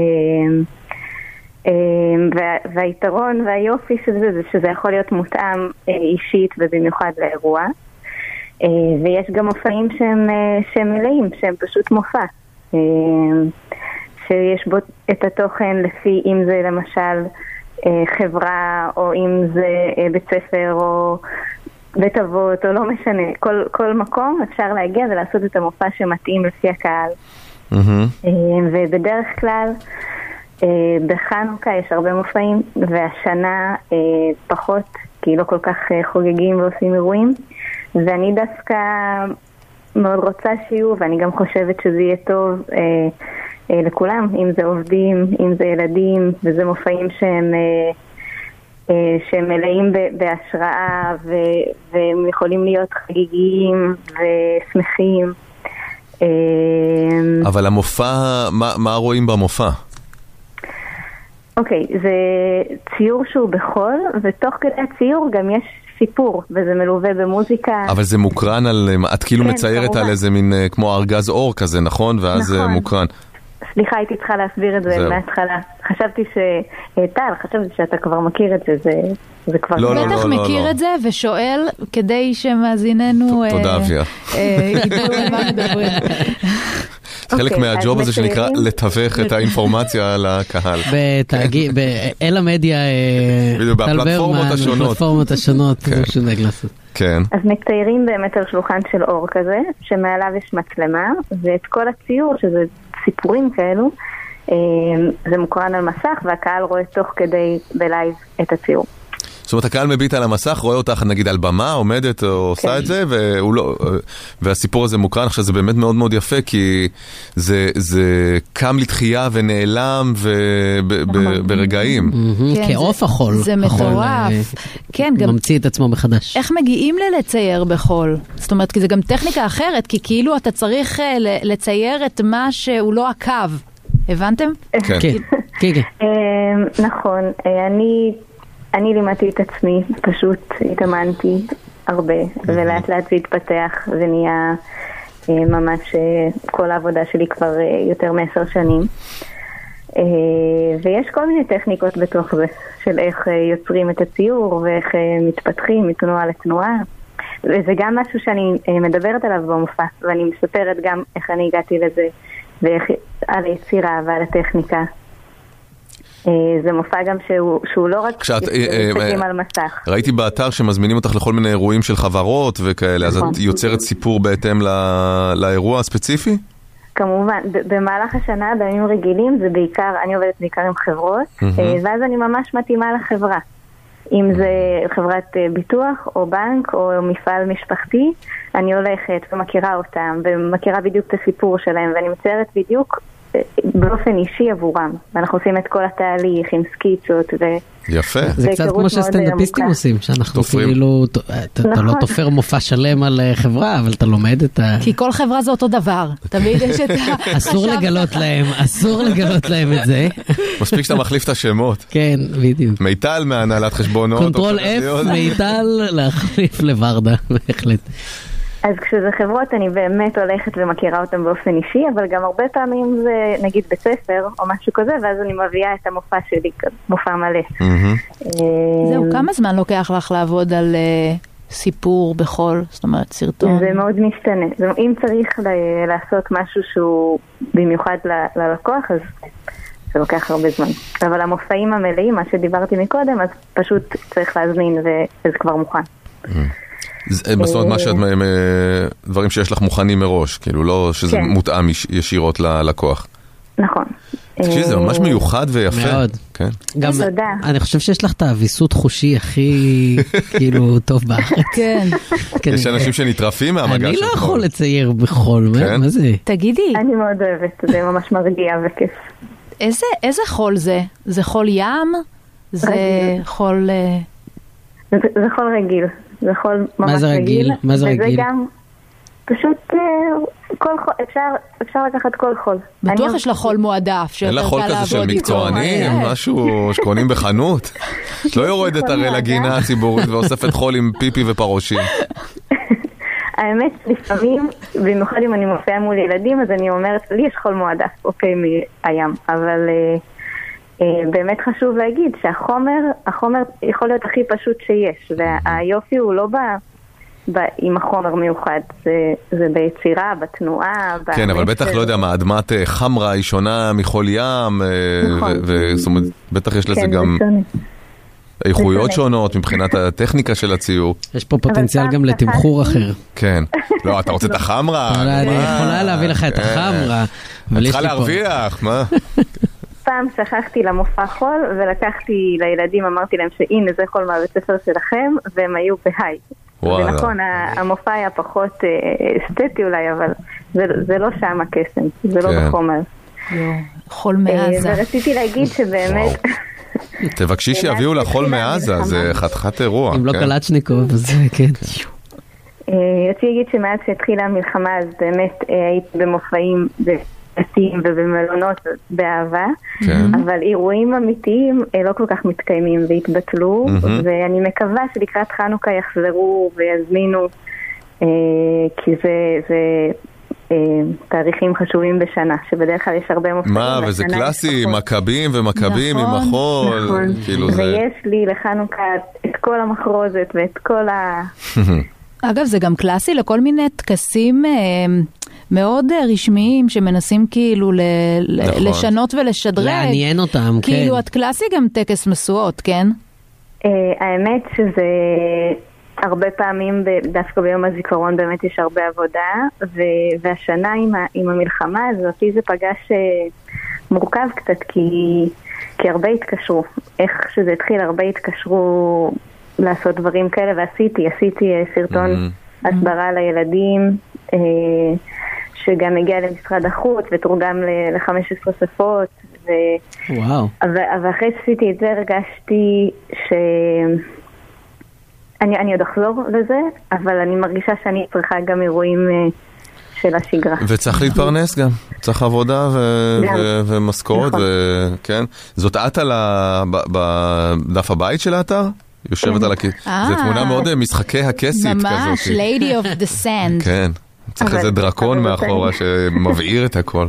והיתרון והיופי של זה זה שזה יכול להיות מותאם אישית ובמיוחד לאירוע. ויש גם מופעים שהם מלאים, שהם פשוט מופע. שיש בו את התוכן לפי אם זה למשל חברה או אם זה בית ספר או בית אבות או לא משנה, כל, כל מקום אפשר להגיע ולעשות את המופע שמתאים לפי הקהל. Mm-hmm. ובדרך כלל בחנוכה יש הרבה מופעים והשנה פחות, כי לא כל כך חוגגים ועושים אירועים, ואני דווקא מאוד רוצה שיהיו, ואני גם חושבת שזה יהיה טוב אה, אה, לכולם, אם זה עובדים, אם זה ילדים, וזה מופעים שהם, אה, אה, שהם מלאים ב- בהשראה, ו- והם יכולים להיות חגיגיים ושמחים. אה, אבל המופע, מה, מה רואים במופע? אוקיי, זה ציור שהוא בחול, ותוך כדי הציור גם יש סיפור, וזה מלווה במוזיקה. אבל זה מוקרן על, את כאילו מציירת על איזה מין כמו ארגז אור כזה, נכון? ואז זה מוקרן. סליחה, הייתי צריכה להסביר את זה מההתחלה. חשבתי ש... טל, חשבתי שאתה כבר מכיר את זה, זה כבר... לא, לא, לא. בטח מכיר את זה ושואל כדי שמאזיננו... תודה, אביה. ידעו על מה מדברים. חלק מהג'וב הזה שנקרא לתווך את האינפורמציה לקהל. בתאגיד, באל המדיה, בפלטפורמות השונות. בפלטפורמות השונות, זה שונג לעשות. כן. אז מציירים באמת על שלוחן של אור כזה, שמעליו יש מצלמה, ואת כל הציור, שזה סיפורים כאלו, זה מוקרן על מסך, והקהל רואה תוך כדי בלייב את הציור. זאת אומרת, הקהל מביט על המסך, רואה אותך, נגיד, על במה, עומדת או עושה את זה, לא, והסיפור הזה מוקרן. עכשיו, זה באמת מאוד מאוד יפה, כי זה, זה קם לתחייה ונעלם ברגעים. כעוף החול. זה מטורף. כן, גם... ממציא את עצמו מחדש. איך מגיעים ללצייר בחול? זאת אומרת, כי זה גם טכניקה אחרת, כי כאילו אתה צריך לצייר את מה שהוא לא הקו. הבנתם? כן. כן. נכון. אני... אני לימדתי את עצמי, פשוט התאמנתי הרבה, ולאט לאט זה התפתח ונהיה ממש כל העבודה שלי כבר יותר מעשר שנים. ויש כל מיני טכניקות בתוך זה, של איך יוצרים את הציור ואיך מתפתחים מתנועה לתנועה. וזה גם משהו שאני מדברת עליו במופע, ואני מספרת גם איך אני הגעתי לזה, ואיך על היצירה ועל הטכניקה. זה מופע גם שהוא, שהוא לא רק מסתכלים על מסך. ראיתי באתר שמזמינים אותך לכל מיני אירועים של חברות וכאלה, אז את יוצרת סיפור בהתאם לאירוע הספציפי? כמובן, במהלך השנה, בימים רגילים, זה בעיקר, אני עובדת בעיקר עם חברות, ואז אני ממש מתאימה לחברה. אם זה חברת ביטוח או בנק או מפעל משפחתי, אני הולכת ומכירה אותם ומכירה בדיוק את הסיפור שלהם, ואני מציירת בדיוק באופן אישי עבורם, ואנחנו עושים את כל התהליך עם סקיצות ו... יפה. זה קצת כמו שסטנדאפיסטים עושים, שאנחנו כאילו, אתה לא תופר מופע שלם על חברה, אבל אתה לומד את ה... כי כל חברה זה אותו דבר, תמיד יש את ה... אסור לגלות להם, אסור לגלות להם את זה. מספיק שאתה מחליף את השמות. כן, בדיוק. מיטל מהנהלת חשבונות. קונטרול F, מיטל להחליף לוורדה, בהחלט. אז כשזה חברות אני באמת הולכת ומכירה אותם באופן אישי, אבל גם הרבה פעמים זה נגיד בית ספר או משהו כזה, ואז אני מביאה את המופע שלי, מופע מלא. זהו, כמה זמן לוקח לך לעבוד על סיפור בחול, זאת אומרת סרטון? זה מאוד משתנה. אם צריך לעשות משהו שהוא במיוחד ללקוח, אז זה לוקח הרבה זמן. אבל המופעים המלאים, מה שדיברתי מקודם, אז פשוט צריך להזמין וזה כבר מוכן. בסוד מה שאת, דברים שיש לך מוכנים מראש, כאילו לא שזה מותאם ישירות ללקוח. נכון. תקשיבי, זה ממש מיוחד ויפה. מאוד. גם אני חושב שיש לך את האביסות חושי הכי כאילו טוב בארץ. כן. יש אנשים שנטרפים מהמגע שלך. אני לא יכול לצייר בחול, מה זה? תגידי. אני מאוד אוהבת, זה ממש מרגיע וכיף. איזה חול זה? זה חול ים? זה חול... זה, זה חול רגיל, זה חול ממש מה זה רגיל? רגיל. מה זה רגיל? וזה גם פשוט כל חול, אפשר, אפשר לקחת כל חול. בטוח יש לה חול מועדף, אין לה חול כזה של מקצוענים, משהו שקונים בחנות. לא יורדת הרי לגינה הציבורית ואוספת חול עם פיפי ופרושים. האמת, לפעמים, במיוחד אם אני מופיעה מול ילדים, אז אני אומרת, לי יש חול מועדף, אוקיי, מהים. אבל אה, אה, באמת חשוב להגיד שהחומר, החומר יכול להיות הכי פשוט שיש, והיופי הוא לא בא, בא עם החומר מיוחד, זה, זה ביצירה, בתנועה. כן, אבל בטח לא יודע מה, אדמת חמרה היא שונה מחול ים, נכון. וזאת אומרת, בטח יש לזה גם... איכויות שונות מבחינת הטכניקה של הציור. יש פה פוטנציאל גם לתמחור אחר. כן. לא, אתה רוצה את החמרה? אני יכולה להביא לך את החמרה. צריכה להרוויח, מה? פעם שכחתי למופע חול, ולקחתי לילדים, אמרתי להם שהנה זה חול מהבית ספר שלכם, והם היו בהיי. ונכון, המופע היה פחות אסתטי אולי, אבל זה לא שם הקסם, זה לא בחומר. חול מעזה. ורציתי להגיד שבאמת... תבקשי שיביאו לחול מעזה, זה חתיכת אירוע. אם לא קלצ'ניקוב, אז כן. רציתי להגיד שמאז שהתחילה המלחמה, אז באמת הייתי במופעים בבתים ובמלונות באהבה, אבל אירועים אמיתיים לא כל כך מתקיימים והתבטלו, ואני מקווה שלקראת חנוכה יחזרו ויזמינו, כי זה... תאריכים חשובים בשנה, שבדרך כלל יש הרבה מופעים. מה, וזה קלאסי, מכבים ומכבים עם החול. ויש לי לחנוכה את כל המחרוזת ואת כל ה... אגב, זה גם קלאסי לכל מיני טקסים מאוד רשמיים, שמנסים כאילו לשנות ולשדרג. לעניין אותם, כן. כאילו, את קלאסי גם טקס מסועות, כן? האמת שזה... הרבה פעמים, דווקא ביום הזיכרון באמת יש הרבה עבודה, והשנה עם, עם המלחמה הזאת זה פגש מורכב קצת, כי, כי הרבה התקשרו. איך שזה התחיל, הרבה התקשרו לעשות דברים כאלה, ועשיתי, עשיתי סרטון mm-hmm. הסברה לילדים, שגם הגיע למשרד החוץ, ותורגם ל-חמש עשרה שפות. ו... וואו. ואחרי שעשיתי את זה, הרגשתי ש... אני, אני עוד אחזור לזה, אבל אני מרגישה שאני צריכה גם אירועים uh, של השגרה. וצריך להתפרנס גם. צריך עבודה ו- ו- ומשכורת, נכון. ו- כן. זאת את על ה- בדף הבית של האתר? יושבת על הכ... זה תמונה מאוד משחקי הכסית כזאת. ממש, Lady of the Sand. כן. צריך איזה דרקון מאחורה שמבעיר את הכל.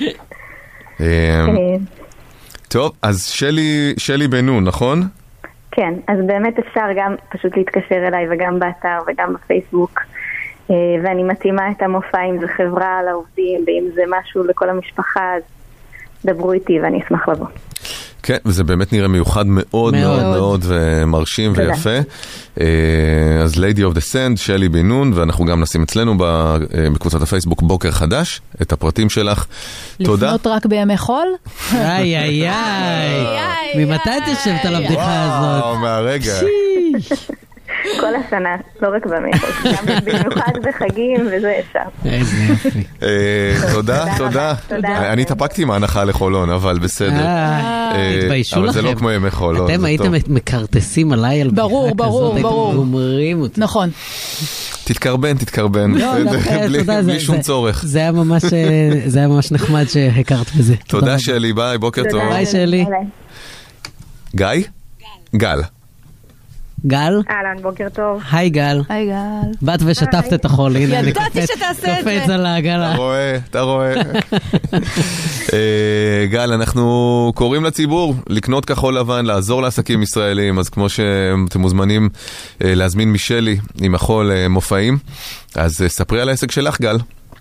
טוב, אז שלי, שלי בן-נון, נכון? כן, אז באמת אפשר גם פשוט להתקשר אליי וגם באתר וגם בפייסבוק, ואני מתאימה את המופע, אם זה חברה לעובדים ואם זה משהו לכל המשפחה, אז דברו איתי ואני אשמח לבוא. כן, וזה באמת נראה מיוחד מאוד מאוד מאוד, מאוד ומרשים ויפה. אז Lady of the Sand, שלי בן-נון, ואנחנו גם נשים אצלנו בקבוצת הפייסבוק בוקר חדש, את הפרטים שלך. תודה. לפנות רק בימי חול? איי איי איי. ממתי תשבת על הבדיחה הזאת? וואו, מהרגע. כל השנה, לא רק במחול, גם במיוחד בחגים וזה אפשר. איזה יופי. תודה, תודה. אני התאפקתי עם ההנחה לחולון, אבל בסדר. תתביישו לכם. אבל זה לא כמו ימי חולון. אתם הייתם מקרטסים עליי על בדיחה כזאת. ברור, ברור, ברור. הייתם גומרים אותי. נכון. תתקרבן, תתקרבן. בלי שום צורך. זה היה ממש נחמד שהכרת בזה. תודה שלי, ביי, בוקר טוב. ביי שלי. גיא? גל. גל? אהלן, בוקר טוב. היי גל. היי גל. באת ושטפת את החול, הנה אני ידעתי שתעשה את זה. קופץ על העגלה. אתה רואה, אתה רואה. גל, אנחנו קוראים לציבור לקנות כחול לבן, לעזור לעסקים ישראלים, אז כמו שאתם מוזמנים להזמין משלי עם החול מופעים, אז ספרי על העסק שלך, גל.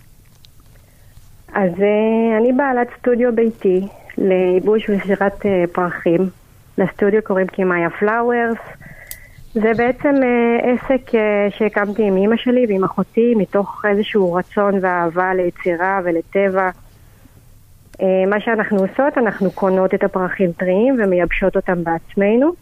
אז אני בעלת סטודיו ביתי לייבוש ושירת פרחים. לסטודיו קוראים קימאיה פלאוורס. זה בעצם עסק שהקמתי עם אמא שלי ועם אחותי מתוך איזשהו רצון ואהבה ליצירה ולטבע. מה שאנחנו עושות, אנחנו קונות את הפרחים טריים ומייבשות אותם בעצמנו.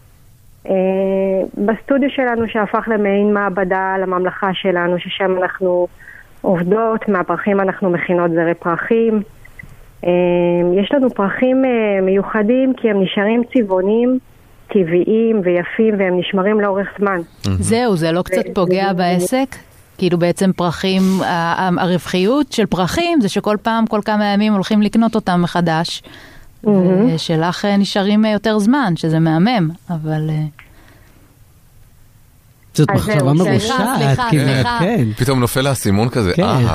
בסטודיו שלנו שהפך למעין מעבדה לממלכה שלנו, ששם אנחנו עובדות, מהפרחים אנחנו מכינות זרי פרחים. יש לנו פרחים מיוחדים כי הם נשארים צבעונים טבעיים ויפים והם נשמרים לאורך זמן. זהו, זה לא קצת פוגע בעסק? כאילו בעצם פרחים, הרווחיות של פרחים זה שכל פעם, כל כמה ימים הולכים לקנות אותם מחדש, ושלך נשארים יותר זמן, שזה מהמם, אבל... זאת מחשבה מרושעת. סליחה, סליחה. פתאום נופל האסימון כזה.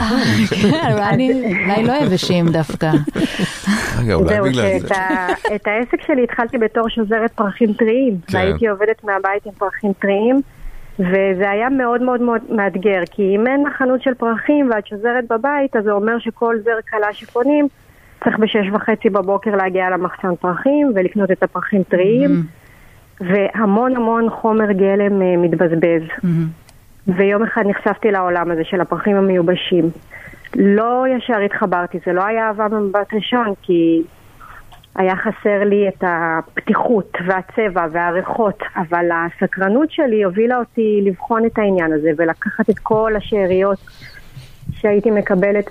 אולי לא יבשים דווקא. זהו, את העסק שלי התחלתי בתור שוזרת פרחים טריים, והייתי עובדת מהבית עם פרחים טריים, וזה היה מאוד מאוד מאוד מאתגר, כי אם אין חנות של פרחים ואת שוזרת בבית, אז זה אומר שכל זר קלה שקונים, צריך בשש וחצי בבוקר להגיע למחסן פרחים ולקנות את הפרחים טריים, והמון המון חומר גלם מתבזבז. ויום אחד נחשפתי לעולם הזה של הפרחים המיובשים. לא ישר התחברתי, זה לא היה אהבה במבט ראשון, כי היה חסר לי את הפתיחות והצבע והריחות, אבל הסקרנות שלי הובילה אותי לבחון את העניין הזה, ולקחת את כל השאריות שהייתי מקבלת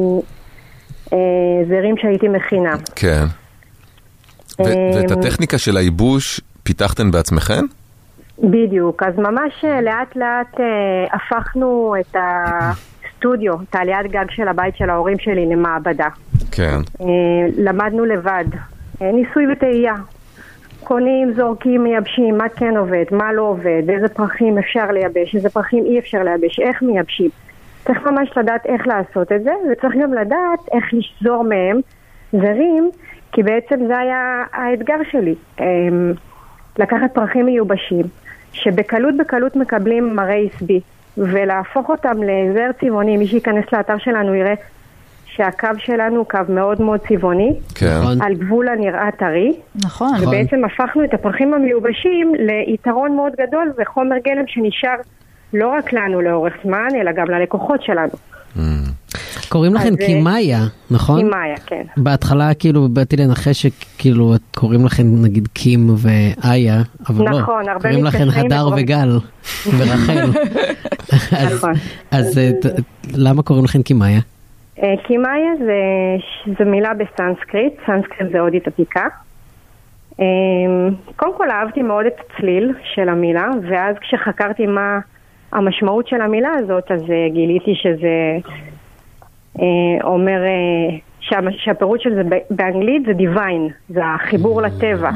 מזרים שהייתי מכינה. כן. ואת הטכניקה של הייבוש פיתחתן בעצמכן? בדיוק, אז ממש לאט לאט הפכנו את הסטודיו, את העליית גג של הבית של ההורים שלי למעבדה. כן. למדנו לבד, ניסוי וטעייה. קונים, זורקים, מייבשים, מה כן עובד, מה לא עובד, איזה פרחים אפשר לייבש, איזה פרחים אי אפשר לייבש, איך מייבשים. צריך ממש לדעת איך לעשות את זה, וצריך גם לדעת איך לשזור מהם זרים, כי בעצם זה היה האתגר שלי. לקחת פרחים מיובשים, שבקלות בקלות מקבלים מראה עשבי, ולהפוך אותם לזר צבעוני. מי שיכנס לאתר שלנו יראה שהקו שלנו הוא קו מאוד מאוד צבעוני, כן. על גבול הנראה טרי. נכון. ובעצם הפכנו את הפרחים המיובשים ליתרון מאוד גדול, וחומר גלם שנשאר לא רק לנו לאורך זמן, אלא גם ללקוחות שלנו. קוראים לכם קימאיה, נכון? קימאיה, כן. בהתחלה כאילו באתי לנחש שכאילו קוראים לכם נגיד קים ואיה, אבל לא. נכון, הרבה קוראים לכם הדר וגל ורחל. נכון. אז למה קוראים לכם קימאיה? קימאיה זה מילה בסנסקריט, סנסקריט זה הודית עתיקה. קודם כל אהבתי מאוד את הצליל של המילה, ואז כשחקרתי מה המשמעות של המילה הזאת, אז גיליתי שזה אומר שהפירוט של זה באנגלית זה divine, זה החיבור לטבע.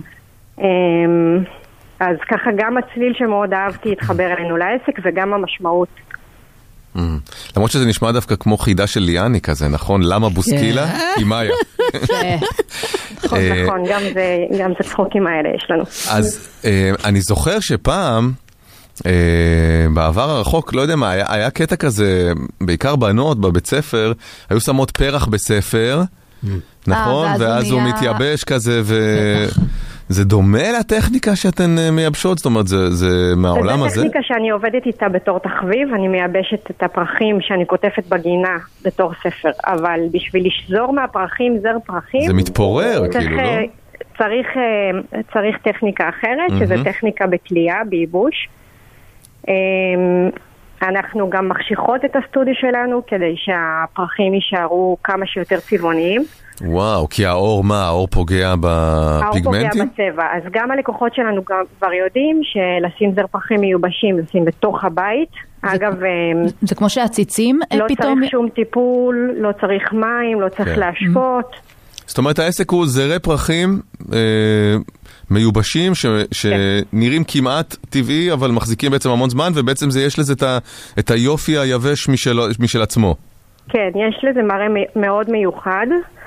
אז ככה גם הצליל שמאוד אהבתי התחבר אלינו לעסק, וגם המשמעות. למרות שזה נשמע דווקא כמו חידה של ליאני כזה, נכון? למה בוסקילה? קימאיה. נכון, נכון, גם זה צחוקים האלה יש לנו. אז אני זוכר שפעם, בעבר הרחוק, לא יודע מה, היה קטע כזה, בעיקר בנות בבית ספר, היו שמות פרח בספר, נכון? ואז הוא מתייבש כזה ו... זה דומה לטכניקה שאתן מייבשות? זאת אומרת, זה, זה מהעולם הזה? זה טכניקה שאני עובדת איתה בתור תחביב, אני מייבשת את הפרחים שאני כותפת בגינה בתור ספר, אבל בשביל לשזור מהפרחים, זר פרחים... זה מתפורר, צריך, כאילו, לא? צריך, צריך טכניקה אחרת, mm-hmm. שזה טכניקה בתלייה, בייבוש. אנחנו גם מחשיכות את הסטודיו שלנו, כדי שהפרחים יישארו כמה שיותר צבעוניים. וואו, כי האור מה? האור פוגע בפיגמנטים? האור פוגע בצבע. אז גם הלקוחות שלנו כבר יודעים שלשים זר פרחים מיובשים, לשים בתוך הבית. אגב, זה כמו שהציצים לא פתאום... צריך שום טיפול, לא צריך מים, לא צריך להשקות. זאת אומרת, העסק הוא זרי פרחים מיובשים שנראים כמעט טבעי, אבל מחזיקים בעצם המון זמן, ובעצם יש לזה את היופי היבש משל עצמו. כן, יש לזה מראה מאוד מיוחד.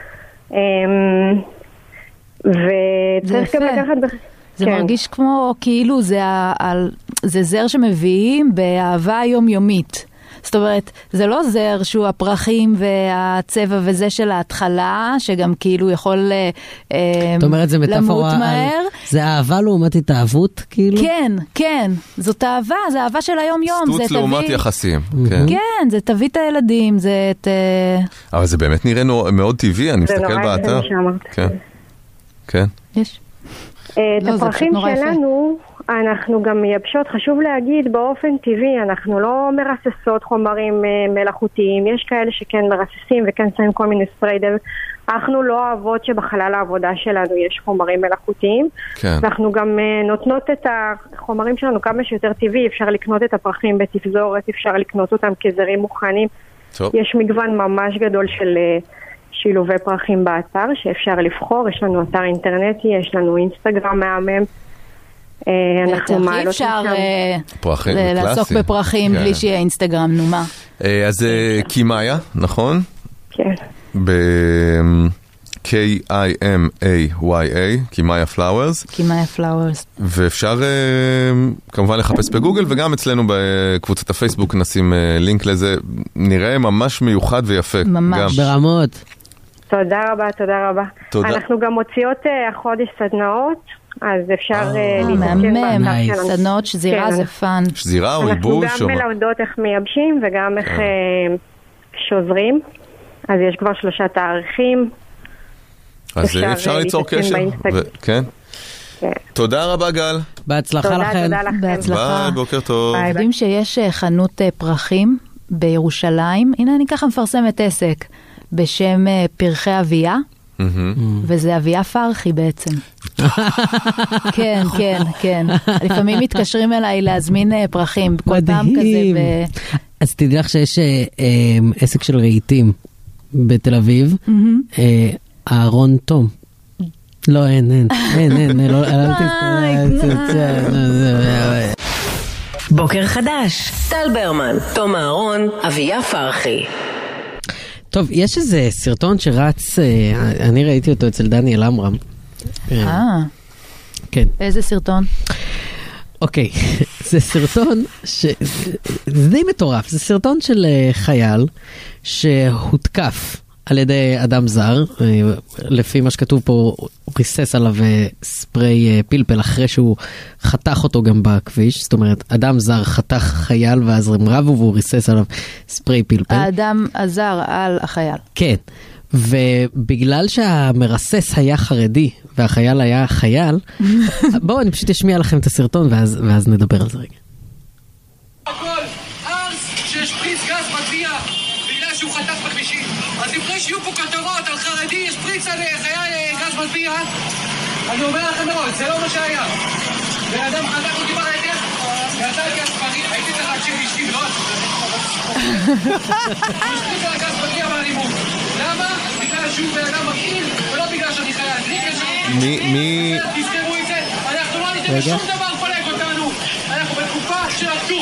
וצריך גם לקחת... זה מרגיש כמו כאילו זה זר שמביאים באהבה יומיומית. זאת אומרת, זה לא זר שהוא הפרחים והצבע וזה של ההתחלה, שגם כאילו יכול למות מהר. זה אהבה לעומת התאהבות, כאילו? כן, כן. זאת אהבה, זה אהבה של היום-יום. סטוץ לעומת יחסים. כן, זה תביא את הילדים, זה את... אבל זה באמת נראה מאוד טבעי, אני מסתכל באתר. זה נורא, זה מה שאמרת. כן. כן. יש. את הפרחים שלנו אנחנו גם מייבשות, חשוב להגיד באופן טבעי, אנחנו לא מרססות חומרים מלאכותיים, יש כאלה שכן מרססים וכן שמים כל מיני ספריידר, אנחנו לא אוהבות שבחלל העבודה שלנו יש חומרים מלאכותיים, כן. ואנחנו גם נותנות את החומרים שלנו כמה שיותר טבעי, אפשר לקנות את הפרחים בתפזורת, אפשר לקנות אותם כזרים מוכנים, טוב. יש מגוון ממש גדול של שילובי פרחים באתר שאפשר לבחור, יש לנו אתר אינטרנטי, יש לנו אינסטגרם מהמם, אנחנו מעלות אפשר לעסוק בפרחים בלי שיהיה אינסטגרם, נו מה? אז קימאיה, נכון? כן. ב-K I M A Y A, קימאיה פלאוורס. קימאיה פלאוורס. ואפשר כמובן לחפש בגוגל, וגם אצלנו בקבוצת הפייסבוק נשים לינק לזה, נראה ממש מיוחד ויפה. ממש. ברמות. תודה רבה, תודה רבה. אנחנו גם מוציאות החודש סדנאות, אז אפשר להתעדכן באתר שלנו. סדנאות שזירה זה פאן. שזירה או ייבוש? אנחנו גם מלמדות איך מייבשים וגם איך שוזרים. אז יש כבר שלושה תאריכים. אז אפשר ליצור קשר. כן. תודה רבה גל. בהצלחה לכם. תודה לכם. בהצלחה. בוקר טוב. יודעים שיש חנות פרחים בירושלים, הנה אני ככה מפרסמת עסק, בשם פרחי אביה, וזה אביה פרחי בעצם. כן, כן, כן. לפעמים מתקשרים אליי להזמין פרחים, כל פעם כזה. אז תדעי לך שיש עסק של רהיטים בתל אביב, אהרון תום. לא, אין, אין, אין, אין, לא, אל תסתכל. בוקר חדש, טל ברמן, תום אהרון, אביה פרחי. טוב, יש איזה סרטון שרץ, אני ראיתי אותו אצל דניאל אמרם. אה. כן. איזה סרטון? אוקיי, זה סרטון ש... זה די מטורף, זה סרטון של חייל שהותקף על ידי אדם זר, לפי מה שכתוב פה, הוא ריסס עליו ספרי פלפל אחרי שהוא חתך אותו גם בכביש, זאת אומרת, אדם זר חתך חייל ואז הם רבו והוא ריסס עליו ספרי פלפל. האדם הזר על החייל. כן, ובגלל שהמרסס היה חרדי והחייל היה חייל, בואו אני פשוט אשמיע לכם את הסרטון ואז, ואז נדבר על זה רגע. הכל, ארס שהשפריץ גז מטביע בגלל שהוא חתך בכבישים. אז לפני שיהיו פה כתרות על חרדי, השפריץ על חייל גז מטביע, אני אומר לכם מאוד, זה לא מה שהיה. בן אדם חתך אותי ברגל, יצאתי הספרים, הייתי צריך להקשיב אשתי, לא? השפריץ על הגז מטביע באלימות. למה? בגלל שהוא בן אדם מגעיל, ולא בגלל שאני חייל. מי, מי... תזכרו את זה, אנחנו לא ניתן שום דבר פולג אותנו. אנחנו בתקופה של עצור.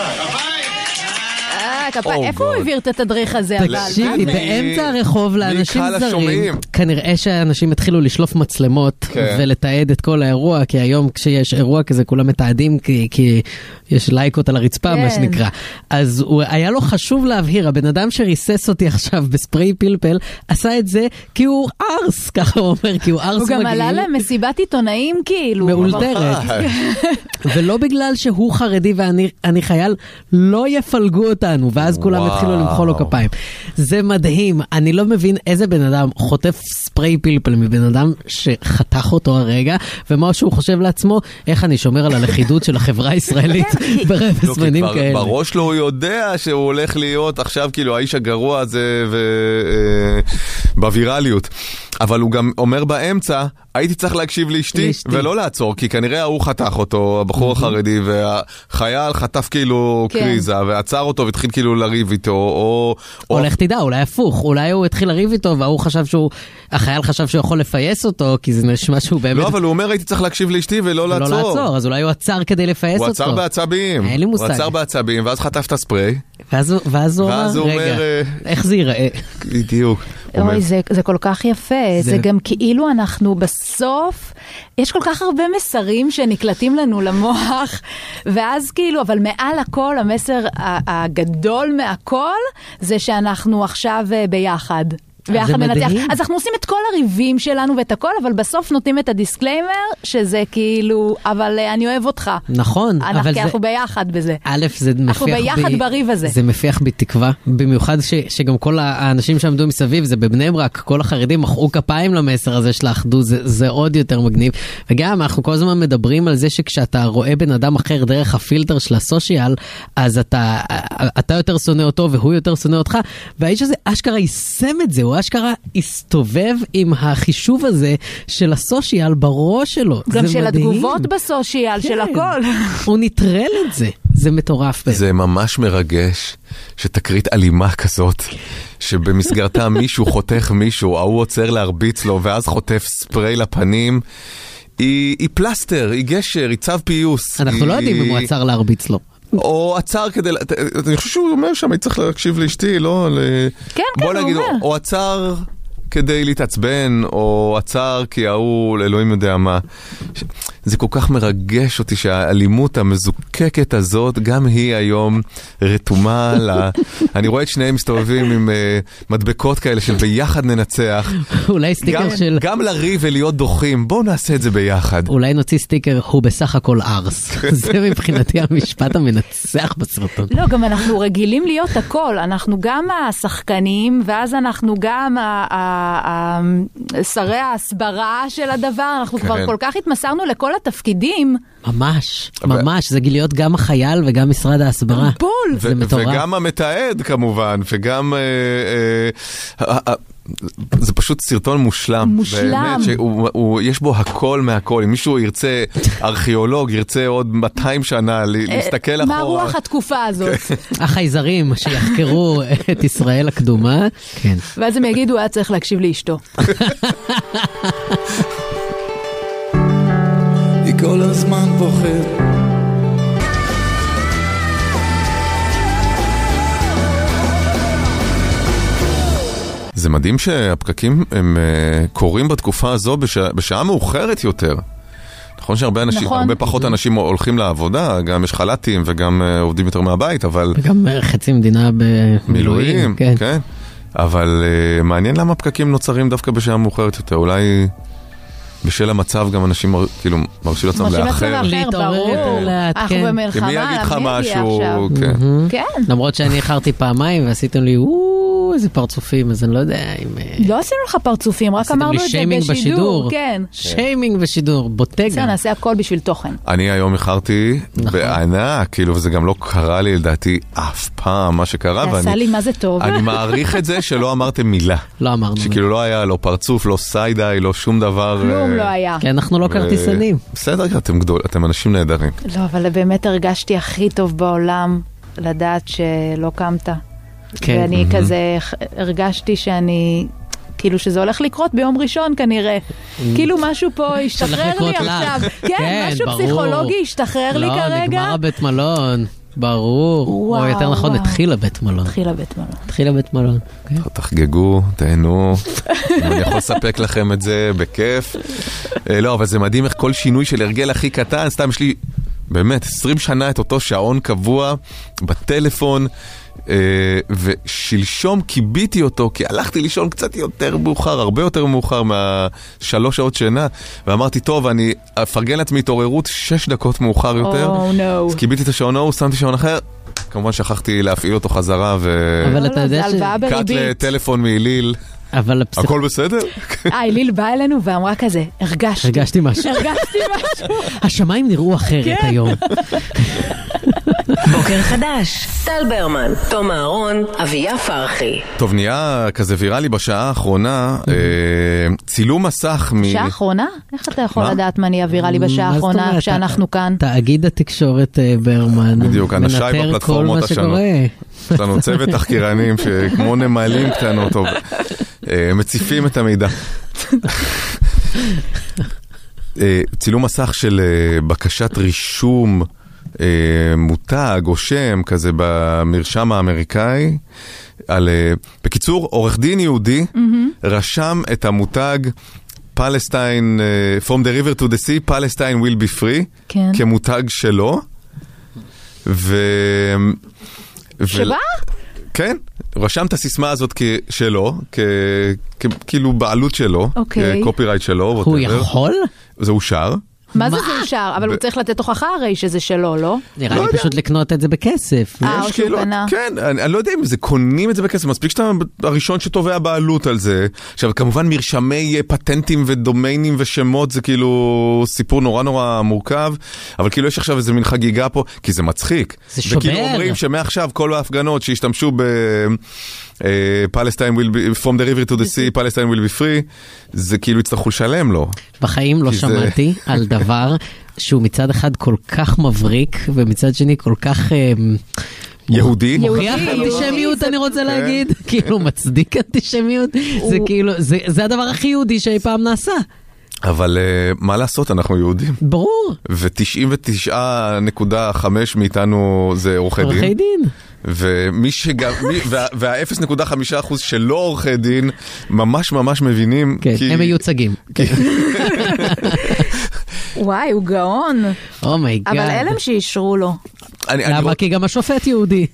איפה הוא העביר את התדריך הזה? תקשיבי, באמצע הרחוב לאנשים זרים, כנראה שאנשים התחילו לשלוף מצלמות ולתעד את כל האירוע, כי היום כשיש אירוע כזה כולם מתעדים כי יש לייקות על הרצפה, מה שנקרא. אז היה לו חשוב להבהיר, הבן אדם שריסס אותי עכשיו בספרי פלפל, עשה את זה כי הוא ארס, ככה הוא אומר, כי הוא ארס מגעיל. הוא גם עלה למסיבת עיתונאים כאילו. מאולתרת. ולא בגלל שהוא חרדי ואני חייל, לא יפלגו אותנו, ואז כולם התחילו למחוא לו כפיים. זה מדהים, אני לא מבין איזה בן אדם חוטף ספרי פלפל מבן אדם שחתך אותו הרגע, ומה שהוא חושב לעצמו, איך אני שומר על הלכידות של החברה הישראלית ברבע זמנים כאלה. בראש לו הוא יודע שהוא הולך להיות עכשיו כאילו האיש הגרוע הזה בווירליות. אבל הוא גם אומר באמצע, הייתי צריך להקשיב לאשתי ולא לעצור, כי כנראה הוא חתך אותו, הבחור החרדי, והחייל חטף כאילו קריזה, ועצר אותו והתחיל כאילו לריב איתו, או... או לך תדע, אולי הפוך, אולי הוא התחיל לריב איתו, והוא חשב שהוא, החייל חשב שהוא יכול לפייס אותו, כי זה נשמע שהוא באמת... לא, אבל הוא אומר, הייתי צריך להקשיב לאשתי ולא לעצור. ולא לעצור, אז אולי הוא עצר כדי לפייס אותו. הוא עצר בעצבים. אין לי מושג. הוא עצר בעצבים, ואז חטף את הספרי. ואז הוא אומר, רגע, איך זה ייראה? בדיוק. אוי, זה, זה כל כך יפה, זה... זה גם כאילו אנחנו בסוף, יש כל כך הרבה מסרים שנקלטים לנו למוח, ואז כאילו, אבל מעל הכל, המסר הגדול מהכל, זה שאנחנו עכשיו ביחד. ויחד מנצח. אז אנחנו עושים את כל הריבים שלנו ואת הכל, אבל בסוף נותנים את הדיסקליימר, שזה כאילו, אבל אני אוהב אותך. נכון. כי אנחנו ביחד בזה. א', זה מפיח בי... אנחנו ביחד בריב הזה. זה מפיח בי תקווה, במיוחד שגם כל האנשים שעמדו מסביב, זה בבני ברק, כל החרדים מחאו כפיים למסר הזה של האחדות, זה עוד יותר מגניב. וגם אנחנו כל הזמן מדברים על זה שכשאתה רואה בן אדם אחר דרך הפילטר של הסושיאל, אז אתה, אתה יותר שונא אותו והוא יותר שונא אותך, והאיש הזה אשכרה יישם את זה, הוא אשכרה הסתובב עם החישוב הזה של הסושיאל בראש שלו. גם של מדהים. התגובות בסושיאל, כן. של הכל. הוא נטרל את זה. זה מטורף. זה ממש מרגש שתקרית אלימה כזאת, שבמסגרתה מישהו חותך מישהו, ההוא עוצר להרביץ לו, ואז חוטף ספרי לפנים. היא, היא פלסטר, היא גשר, היא צו פיוס. אנחנו היא... לא יודעים אם הוא עצר להרביץ לו. או עצר כדי, אני חושב שהוא אומר שם, אני צריך להקשיב לאשתי, לא? כן, כן, הוא אומר. או עצר כדי להתעצבן, או עצר כי ההוא, אלוהים יודע מה. זה כל כך מרגש אותי שהאלימות המזוקקת הזאת, גם היא היום רתומה לה. אני רואה את שניהם מסתובבים עם uh, מדבקות כאלה של ביחד ננצח. אולי סטיקר גם, של... גם לריב ולהיות דוחים, בואו נעשה את זה ביחד. אולי נוציא סטיקר, הוא בסך הכל ארס. זה מבחינתי המשפט המנצח בסרטון. לא, גם אנחנו רגילים להיות הכל. אנחנו גם השחקנים, ואז אנחנו גם שרי ההסברה של הדבר. אנחנו כבר כל כך התמסרנו לכל התפקידים. ממש, ממש. זה להיות גם החייל וגם משרד ההסברה. בול. זה מטורף. וגם המתעד כמובן, וגם... זה פשוט סרטון מושלם. מושלם. יש בו הכל מהכל. אם מישהו ירצה, ארכיאולוג, ירצה עוד מאתיים שנה להסתכל אחורה. מה רוח התקופה הזאת? החייזרים שיחקרו את ישראל הקדומה. כן. ואז הם יגידו, היה צריך להקשיב לאשתו. היא כל הזמן בוחר. זה מדהים שהפקקים הם uh, קורים בתקופה הזו בשעה, בשעה מאוחרת יותר. נכון שהרבה אנשים, נכון. הרבה פחות אנשים הולכים לעבודה, גם יש חלטים וגם uh, עובדים יותר מהבית, אבל... וגם חצי מדינה במילואים. כן. כן. אבל uh, מעניין למה הפקקים נוצרים דווקא בשעה מאוחרת יותר. אולי... בשל המצב גם אנשים כאילו מרשים לעצמם לאחר. מרשים לעצמם לאחר, ברור. אנחנו במלחמה, מי יגיד לך משהו? כן. למרות שאני איחרתי פעמיים ועשיתם לי, וואו, איזה פרצופים, אז אני לא יודע אם... לא עשינו לך פרצופים, רק אמרנו את זה בשידור. כן. שיימינג בשידור, בוטה גם. נעשה הכל בשביל תוכן. אני היום איחרתי בענק, כאילו, וזה גם לא קרה לי לדעתי אף פעם מה שקרה. זה עשה לי מה זה טוב. אני מעריך את זה שלא אמרתם מילה. לא אמרנו. שכאילו לא היה לא פרצוף, לא סיידאי, לא שום דבר. לא היה. כי אנחנו לא כרטיסנים. בסדר, אתם גדול, אתם אנשים נהדרים. לא, אבל באמת הרגשתי הכי טוב בעולם לדעת שלא קמת. ואני כזה הרגשתי שאני, כאילו שזה הולך לקרות ביום ראשון כנראה. כאילו משהו פה השתחרר לי עכשיו. כן, משהו פסיכולוגי השתחרר לי כרגע. לא, נגמר הבית מלון. ברור. או יותר נכון, התחיל הבית מלון. התחיל הבית מלון. התחיל הבית מלון. תחגגו, תהנו. אני יכול לספק לכם את זה בכיף. לא, אבל זה מדהים איך כל שינוי של הרגל הכי קטן, סתם יש לי באמת עשרים שנה את אותו שעון קבוע בטלפון, ושלשום קיביתי אותו, כי הלכתי לישון קצת יותר מאוחר, הרבה יותר מאוחר מהשלוש שעות שינה, ואמרתי, טוב, אני אפרגן לעצמי התעוררות שש דקות מאוחר יותר, אז קיביתי את השעון ההוא, שמתי שעון אחר, כמובן שכחתי להפעיל אותו חזרה, וקט לטלפון מאליל. אבל הכל בסדר? אה, אליל באה אלינו ואמרה כזה, הרגשתי. הרגשתי משהו. הרגשתי משהו. השמיים נראו אחרת היום. בוקר חדש, טל ברמן, תום אהרון, אביה פרחי. טוב, נהיה כזה ויראלי בשעה האחרונה, צילום מסך מ... בשעה האחרונה? איך אתה יכול לדעת מה נהיה ויראלי בשעה האחרונה כשאנחנו כאן? תאגיד התקשורת ברמן. בדיוק, אנשי בפלטפורמות השונות. יש לנו צוות תחקירנים שכמו נמלים קטנות, מציפים את המידע. צילום מסך של בקשת רישום מותג או שם כזה במרשם האמריקאי, על, בקיצור, עורך דין יהודי רשם את המותג Palestine, from the river to the sea, Palestine will be free, כמותג שלו. ו... שבה? כן, רשם את הסיסמה הזאת כשלו, כאילו בעלות שלו, קופירייט שלו. הוא יכול? זה אושר. מה זה זה אושר? אבל הוא צריך לתת הוכחה הרי שזה שלו, לא? נראה לי פשוט לקנות את זה בכסף. אה, או שהוא קנה. כן, אני לא יודע אם זה קונים את זה בכסף, מספיק שאתה הראשון שתובע בעלות על זה. עכשיו, כמובן מרשמי פטנטים ודומיינים ושמות, זה כאילו סיפור נורא נורא מורכב, אבל כאילו יש עכשיו איזה מין חגיגה פה, כי זה מצחיק. זה שובר. וכאילו אומרים שמעכשיו כל ההפגנות שהשתמשו ב... Palestine will be, from the river to the sea, Palestine will be free, זה כאילו יצטרכו לשלם לו. בחיים לא שמעתי על דבר שהוא מצד אחד כל כך מבריק, ומצד שני כל כך... יהודי. מוכיח אנטישמיות, אני רוצה להגיד. כאילו מצדיק אנטישמיות. זה כאילו, זה הדבר הכי יהודי שאי פעם נעשה. אבל מה לעשות, אנחנו יהודים. ברור. ו-תשעים ותשע נקודה חמש מאיתנו זה עורכי דין. עורכי דין. ומי שגם, וה-אפס נקודה חמישה אחוז שלא עורכי דין, ממש ממש מבינים. כן, הם מיוצגים. וואי, הוא גאון. אומייגאד. אבל אלה שישרו לו. למה? כי גם השופט יהודי.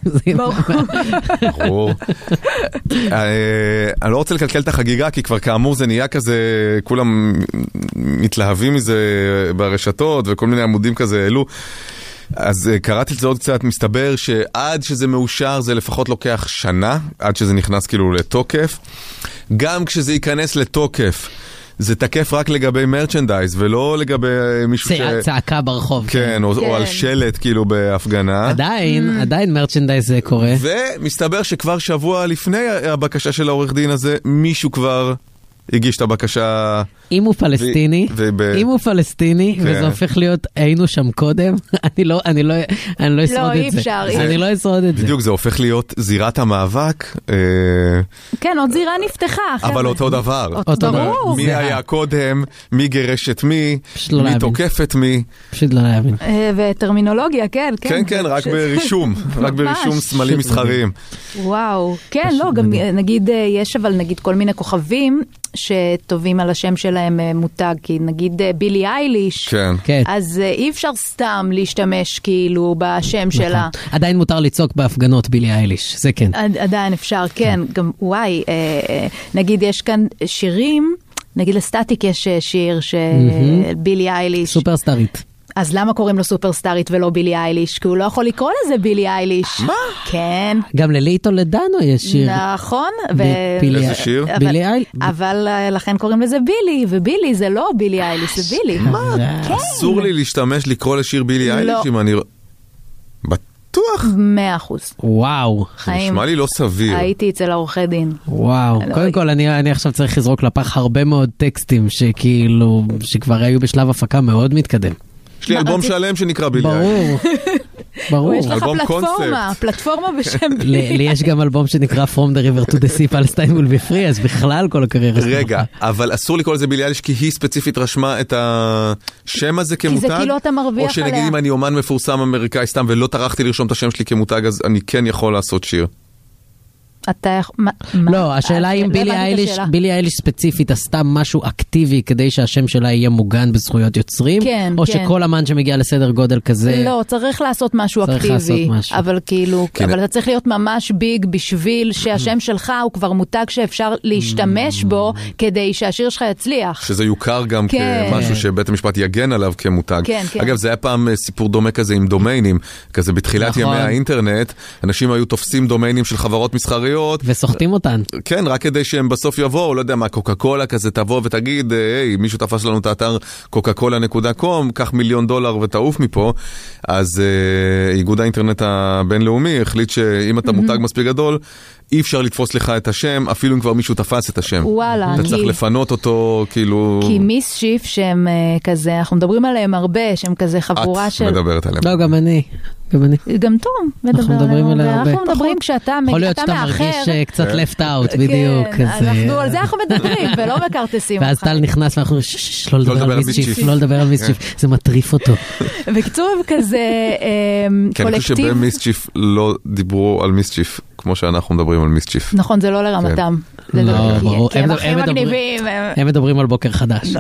ברור. אני לא רוצה לקלקל את החגיגה, כי כבר כאמור זה נהיה כזה, כולם מתלהבים מזה ברשתות, וכל מיני עמודים כזה העלו. אז קראתי את זה עוד קצת, מסתבר שעד שזה מאושר זה לפחות לוקח שנה, עד שזה נכנס כאילו לתוקף. גם כשזה ייכנס לתוקף, זה תקף רק לגבי מרצ'נדייז, ולא לגבי מישהו ש... צעקה ברחוב. כן, או על שלט כאילו בהפגנה. עדיין, עדיין מרצ'נדייז זה קורה. ומסתבר שכבר שבוע לפני הבקשה של העורך דין הזה, מישהו כבר... הגיש את הבקשה... אם הוא פלסטיני, אם הוא פלסטיני, וזה הופך להיות, היינו שם קודם, אני לא, אני לא, אני לא אשרוד את זה. אני לא אשרוד את זה. בדיוק, זה הופך להיות זירת המאבק. כן, עוד זירה נפתחה. אבל אותו דבר. אותו דבר. מי היה קודם, מי גירש את מי, מי תוקף את מי. פשוט לא להבין. וטרמינולוגיה, כן, כן. כן, כן, רק ברישום. רק ברישום סמלים מסחריים. וואו. כן, לא, גם נגיד, יש אבל נגיד כל מיני כוכבים, שטובים על השם שלהם מותג, כי נגיד בילי אייליש, כן. אז אי אפשר סתם להשתמש כאילו בשם שלה. עדיין מותר לצעוק בהפגנות בילי אייליש, זה כן. עדיין אפשר, כן. גם וואי, נגיד יש כאן שירים, נגיד לסטטיק יש שיר של בילי אייליש. סופרסטארית. אז למה קוראים לו סופרסטארית ולא בילי אייליש? כי הוא לא יכול לקרוא לזה בילי אייליש. מה? כן. גם ללי טולדנו יש שיר. נכון. איזה שיר? בילי אייליש. אבל לכן קוראים לזה בילי, ובילי זה לא בילי אייליש, זה בילי. מה? אסור לי להשתמש לקרוא לשיר בילי אייליש אם אני... בטוח. מאה אחוז. וואו. נשמע לי לא סביר. הייתי אצל העורכי דין. וואו. קודם כל אני עכשיו צריך לזרוק לפח הרבה מאוד טקסטים שכאילו, שכבר היו בשלב הפקה מאוד מתקדם. יש לי אלבום שלם שנקרא בילי. ברור. ברור. יש לך פלטפורמה, פלטפורמה בשם בילי. לי יש גם אלבום שנקרא From the River to the Sea, Palestine will be free, אז בכלל כל הקריירה. רגע, אבל אסור לקרוא לזה בילי אייליש, כי היא ספציפית רשמה את השם הזה כמותג? כי זה כאילו אתה מרוויח עליה. או שנגיד אם אני אומן מפורסם אמריקאי סתם, ולא טרחתי לרשום את השם שלי כמותג, אז אני כן יכול לעשות שיר. אתה... לא, השאלה אם בילי אייליש, בילי אייליש ספציפית עשתה משהו אקטיבי כדי שהשם שלה יהיה מוגן בזכויות יוצרים, או שכל אמן שמגיע לסדר גודל כזה... לא, צריך לעשות משהו אקטיבי, אבל כאילו, אבל אתה צריך להיות ממש ביג בשביל שהשם שלך הוא כבר מותג שאפשר להשתמש בו כדי שהשיר שלך יצליח. שזה יוכר גם כמשהו שבית המשפט יגן עליו כמותג. אגב, זה היה פעם סיפור דומה כזה עם דומיינים, כזה בתחילת ימי האינטרנט, אנשים היו תופסים דומיינים של חברות מסחריות, וסוחטים אותן. כן, רק כדי שהם בסוף יבואו, לא יודע מה, קוקה קולה כזה תבוא ותגיד, היי, מישהו תפס לנו את האתר קוקה קולה נקודה קום, קח מיליון דולר ותעוף מפה. אז אה, איגוד האינטרנט הבינלאומי החליט שאם אתה מותג מספיק גדול, אי אפשר לתפוס לך את השם, אפילו אם כבר מישהו תפס את השם. וואלה. אתה צריך לפנות אותו, כאילו... כי מיס שיף שהם כזה, אנחנו מדברים עליהם הרבה, שהם כזה חבורה של... את מדברת עליהם. לא, גם אני. גם אני. גם תום מדבר עליהם הרבה. אנחנו מדברים כשאתה מאחר... יכול להיות שאתה מרגיש קצת left out, בדיוק. אנחנו על זה אנחנו מדברים, ולא מקרטסים. ואז טל נכנס ואנחנו, לא לדבר על מיס שיף, לא לדבר על מיס שיף, זה מטריף אותו. בקיצור, כזה קולקטיב. כן, אני חושב שבמיס שיף לא דיברו על מיס שיף. כמו שאנחנו מדברים על מיסצ'יף. נכון, זה לא לרמתם. לא, ברור. הם הכי מגניבים. הם מדברים על בוקר חדש.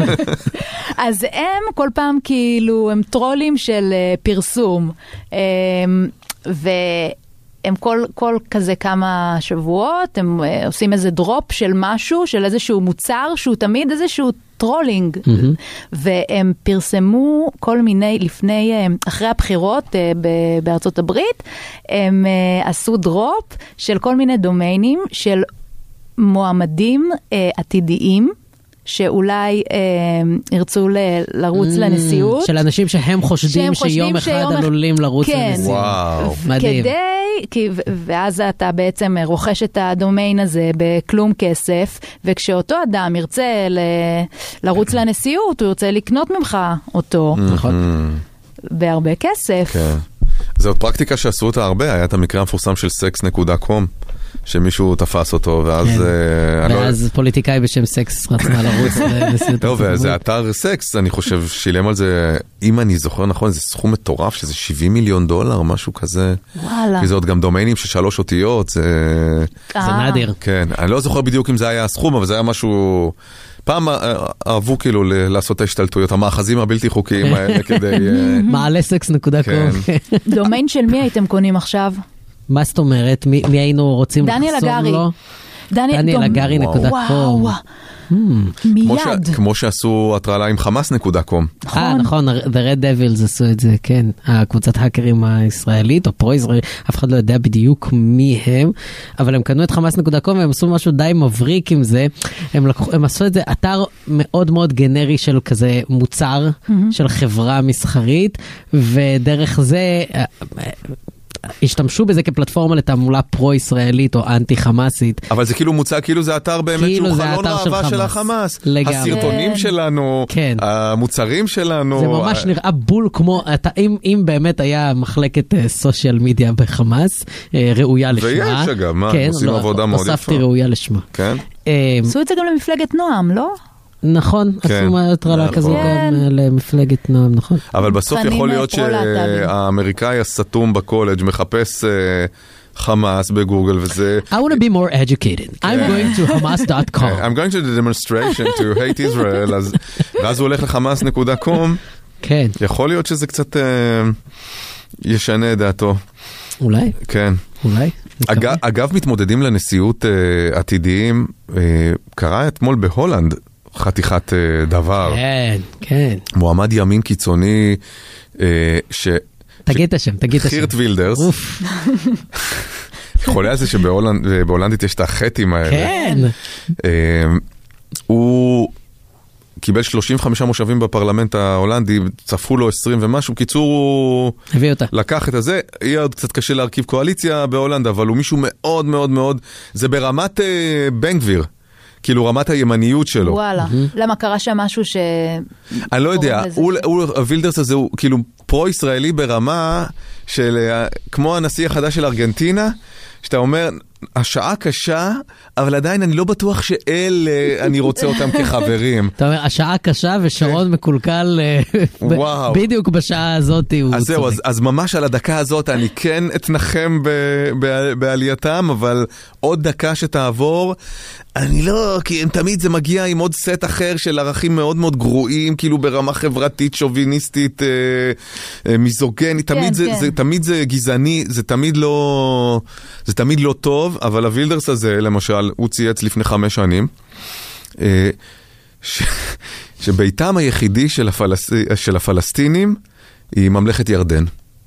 אז הם כל פעם כאילו, הם טרולים של פרסום. והם הם כל, כל כזה כמה שבועות, הם uh, עושים איזה דרופ של משהו, של איזשהו מוצר, שהוא תמיד איזשהו טרולינג, mm-hmm. והם פרסמו כל מיני, לפני, אחרי הבחירות uh, ב- בארצות הברית, הם uh, עשו דרופ של כל מיני דומיינים, של מועמדים uh, עתידיים, שאולי אה, ירצו ל- לרוץ mm, לנשיאות. של אנשים שהם חושדים שהם שיום אחד שיום עלולים אחד... לרוץ כן. לנשיאות. וואו. מדהים. כדי, כי, ואז אתה בעצם רוכש את הדומיין הזה בכלום כסף, וכשאותו אדם ירצה ל- לרוץ לנשיאות, הוא ירצה לקנות ממך אותו. נכון. בהרבה כסף. כן. זו פרקטיקה שעשו אותה הרבה, היה את המקרה המפורסם של סקס נקודה קום. שמישהו תפס אותו, ואז... ואז פוליטיקאי בשם סקס רצה לרוץ לנשיאות. טוב, וזה אתר סקס, אני חושב, שילם על זה, אם אני זוכר נכון, זה סכום מטורף, שזה שבעים מיליון דולר, משהו כזה. וואלה. כי זה עוד גם דומיינים של שלוש אותיות, זה... זה נדיר. כן, אני לא זוכר בדיוק אם זה היה הסכום, אבל זה היה משהו... פעם אהבו כאילו לעשות את ההשתלטויות, המאחזים הבלתי חוקיים האלה כדי... מעלה סקס נקודה קום. דומיין של מי הייתם קונים עכשיו? מה זאת אומרת? מי, מי היינו רוצים דניאל לחסום הגרי. לו? דניאל, דניאל הגרי נקודה קום. וואו. Hmm. מיד. כמו שעשו הטרלה עם חמאס נקודה קום. אה, נכון, The Red Devils עשו את זה, כן. הקבוצת האקרים הישראלית, או פרו-ישראלית, אף אחד לא יודע בדיוק מי הם, אבל הם קנו את חמאס נקודה קום, והם עשו משהו די מבריק עם זה. הם, לקחו, הם עשו את זה, אתר מאוד מאוד גנרי של כזה מוצר, mm-hmm. של חברה מסחרית, ודרך זה... השתמשו בזה כפלטפורמה לתעמולה פרו-ישראלית או אנטי-חמאסית. אבל זה כאילו מוצג, כאילו זה אתר באמת כאילו שהוא זה חלון האהבה של, של החמאס. לגמרי. הסרטונים שלנו, כן. המוצרים שלנו. זה ממש נראה בול כמו, אתה, אם, אם באמת היה מחלקת סושיאל מדיה בחמאס, ראויה לשמה. ויש אגב, מה? כן, עושים לא, עבודה מאוד יפה. הוספתי ראויה לשמה. כן. עשו את זה גם למפלגת נועם, לא? נכון, עשו מהטרלה כזו גם למפלגת נועם, נכון. אבל בסוף יכול להיות שהאמריקאי הסתום בקולג' מחפש חמאס בגוגל וזה... I want to be more educated. I'm going to hamas dot com. I'm going to the demonstration to hate Israel. ואז הוא הולך לחמאס נקודה קום. כן. יכול להיות שזה קצת ישנה את דעתו. אולי. כן. אולי. אגב, מתמודדים לנשיאות עתידיים, קרה אתמול בהולנד, חתיכת דבר. כן, כן. מועמד ימין קיצוני, ש... תגיד את השם, תגיד את השם. חירט וילדרס. חולה על זה שבהולנדית יש את החטים האלה. כן. הוא קיבל שלושים וחמישה מושבים בפרלמנט ההולנדי, צפו לו עשרים ומשהו, קיצור הוא... הביא אותה. לקח את הזה, יהיה עוד קצת קשה להרכיב קואליציה בהולנד, אבל הוא מישהו מאוד מאוד מאוד, זה ברמת בן גביר. כאילו רמת הימניות שלו. וואלה, למה קרה שם משהו ש... אני לא יודע, הווילדרס הזה הוא כאילו פרו-ישראלי ברמה של, כמו הנשיא החדש של ארגנטינה, שאתה אומר, השעה קשה, אבל עדיין אני לא בטוח שאל, אני רוצה אותם כחברים. אתה אומר, השעה קשה ושעון מקולקל, בדיוק בשעה הזאת הוא אז זהו, אז ממש על הדקה הזאת אני כן אתנחם בעלייתם, אבל עוד דקה שתעבור, אני לא, כי תמיד זה מגיע עם עוד סט אחר של ערכים מאוד מאוד גרועים, כאילו ברמה חברתית, שוביניסטית, מיזוגנית, תמיד זה גזעני, זה תמיד לא, זה תמיד לא טוב, אבל הווילדרס הזה, למשל, הוא צייץ לפני חמש שנים, ש... שביתם היחידי של, הפלס... של הפלסטינים היא ממלכת ירדן.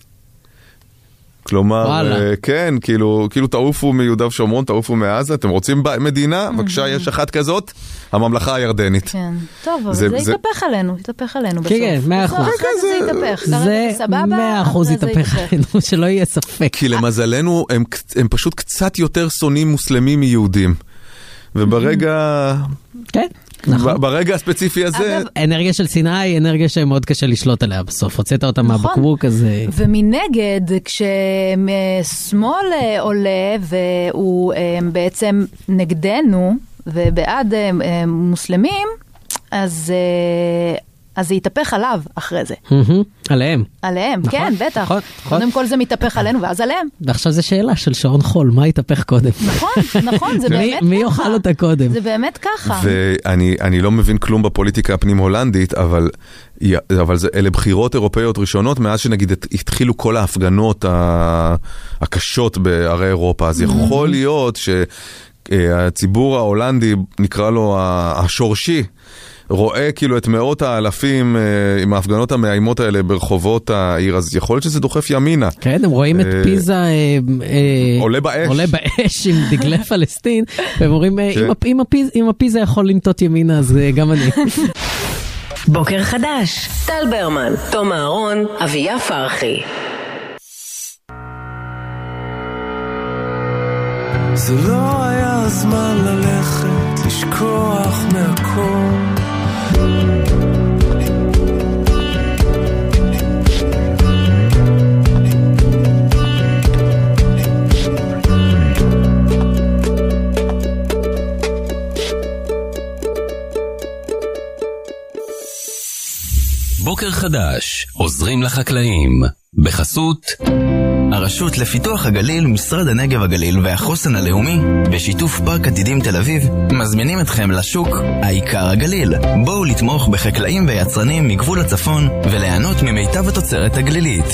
כלומר, כן, כאילו, כאילו תעופו מיהודה ושומרון, תעופו מעזה, אתם רוצים מדינה? בבקשה, יש אחת כזאת, הממלכה הירדנית. כן, טוב, אבל זה יתהפך עלינו, יתהפך עלינו בסוף. כן, מאה אחוז. זה יתהפך, זה מאה אחוז יתהפך עלינו, שלא יהיה ספק. כי למזלנו, הם פשוט קצת יותר שונאים מוסלמים מיהודים. וברגע... כן. נכון. ברגע הספציפי הזה... אגב, אנרגיה של שנאה היא אנרגיה שמאוד קשה לשלוט עליה בסוף. הוצאת אותה נכון. מהבקבוק הזה. ומנגד, כששמאל עולה והוא בעצם נגדנו ובעד מוסלמים, אז אז זה יתהפך עליו אחרי זה. עליהם. עליהם, כן, בטח. קודם כל זה מתהפך עלינו, ואז עליהם. ועכשיו זה שאלה של שעון חול, מה יתהפך קודם? נכון, נכון, זה באמת ככה. מי יאכל אותה קודם? זה באמת ככה. ואני לא מבין כלום בפוליטיקה הפנים-הולנדית, אבל אבל אלה בחירות אירופאיות ראשונות, מאז שנגיד התחילו כל ההפגנות הקשות בערי אירופה, אז יכול להיות שהציבור ההולנדי, נקרא לו השורשי, רואה כאילו את מאות האלפים עם ההפגנות המאיימות האלה ברחובות העיר, אז יכול להיות שזה דוחף ימינה. כן, הם רואים את פיזה עולה באש. עולה באש עם דגלי פלסטין, והם אומרים, אם הפיזה יכול לנטות ימינה, אז גם אני. בוקר חדש, טל ברמן, תום אהרון, אביה פרחי. זה לא היה הזמן ללכת, לשכוח מהכל. בוקר חדש, עוזרים לחקלאים, בחסות הרשות לפיתוח הגליל, משרד הנגב הגליל והחוסן הלאומי, בשיתוף פארק עתידים תל אביב, מזמינים אתכם לשוק העיקר הגליל. בואו לתמוך בחקלאים ויצרנים מגבול הצפון וליהנות ממיטב התוצרת הגלילית.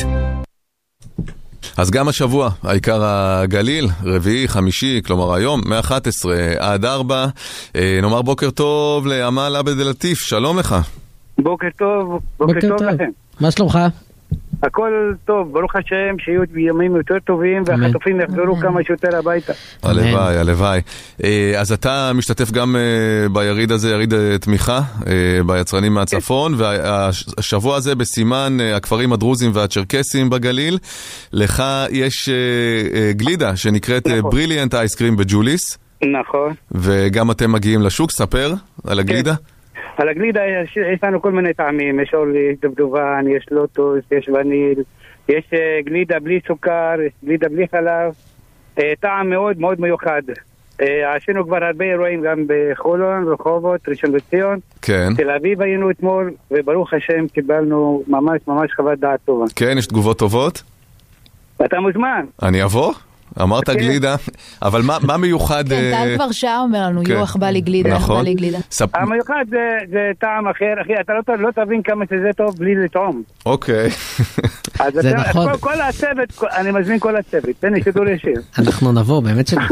אז גם השבוע, העיקר הגליל, רביעי, חמישי, כלומר היום, מ-אחת עשרה עד ארבע. נאמר בוקר טוב לאמל עבד אל לטיף, שלום לך. בוקר טוב, בוקר, בוקר טוב, טוב לכם. מה שלומך? הכל טוב, ברוך השם, שיהיו ימים יותר טובים והחטופים יחזרו כמה שיותר הביתה. הלוואי, הלוואי. אז אתה משתתף גם ביריד הזה, יריד תמיכה ביצרנים מהצפון, והשבוע הזה בסימן הכפרים הדרוזים והצ'רקסים בגליל, לך יש גלידה שנקראת בריליאנט אייסקרים בג'וליס. נכון. וגם אתם מגיעים לשוק, ספר על הגלידה. על הגלידה יש, יש לנו כל מיני טעמים, יש אורלי, דובדובן, יש לוטוס, יש וניל, יש uh, גלידה בלי סוכר, יש גלידה בלי חלב, uh, טעם מאוד מאוד מיוחד. Uh, עשינו כבר הרבה אירועים גם בחולון, רחובות, ראשון לציון, כן. תל אביב היינו אתמול, וברוך השם קיבלנו ממש ממש חוות דעת טובה. כן, יש תגובות טובות? אתה מוזמן. אני אבוא? אמרת גלידה, אבל מה מיוחד... כן, טל כבר שעה אומר לנו, יוח בא לי גלידה, איך בא לי גלידה. המיוחד זה טעם אחר, אחי, אתה לא תבין כמה שזה טוב בלי לטעום. אוקיי. זה נכון. כל הצוות, אני מזמין כל הצוות, תן לי שידור ישיר. אנחנו נבוא, באמת שלנו.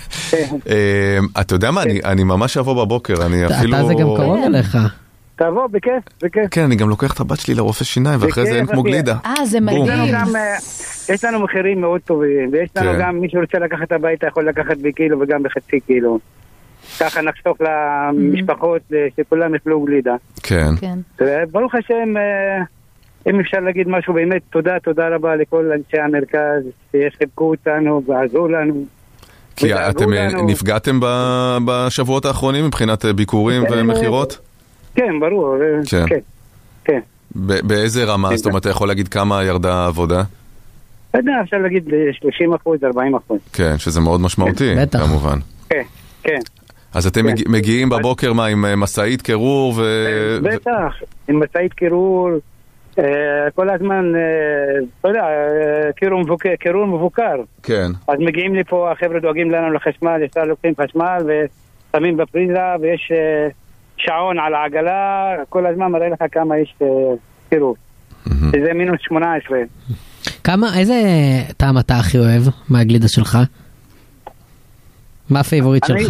אתה יודע מה, אני ממש אבוא בבוקר, אני אפילו... אתה זה גם קרוב אליך. תבוא, בכיף, בכיף. כן, אני גם לוקח את הבת שלי לרופא שיניים, ואחרי זה אין כמו גלידה. אה, זה מדהים. יש לנו מחירים מאוד טובים, ויש לנו גם מי שרוצה לקחת הביתה יכול לקחת בקילו וגם בחצי קילו. ככה נחסוך למשפחות שכולם יפלו גלידה. כן. ברוך השם, אם אפשר להגיד משהו, באמת תודה, תודה רבה לכל אנשי המרכז שחיבקו אותנו ועזרו לנו. כי אתם נפגעתם בשבועות האחרונים מבחינת ביקורים ומחירות? כן, ברור. כן. כן. באיזה רמה? זאת אומרת, אתה יכול להגיד כמה ירדה העבודה? אתה יודע, אפשר להגיד שלושים אחוז, ארבעים אחוז. כן, שזה מאוד משמעותי, כמובן. כן, כן. אז אתם מגיעים בבוקר מה, עם מסעית קירור ו... בטח, עם מסעית קירור, כל הזמן, אתה יודע, קירור מבוקר. כן. אז מגיעים לי פה, החבר'ה דואגים לנו לחשמל, ישר לוקחים חשמל ושמים בפריזה, ויש שעון על העגלה, כל הזמן מראה לך כמה יש קירור. זה מינוס שמונה עשרה. כמה, איזה טעם אתה הכי אוהב מהגלידה שלך? מה הפייבוריט שלך?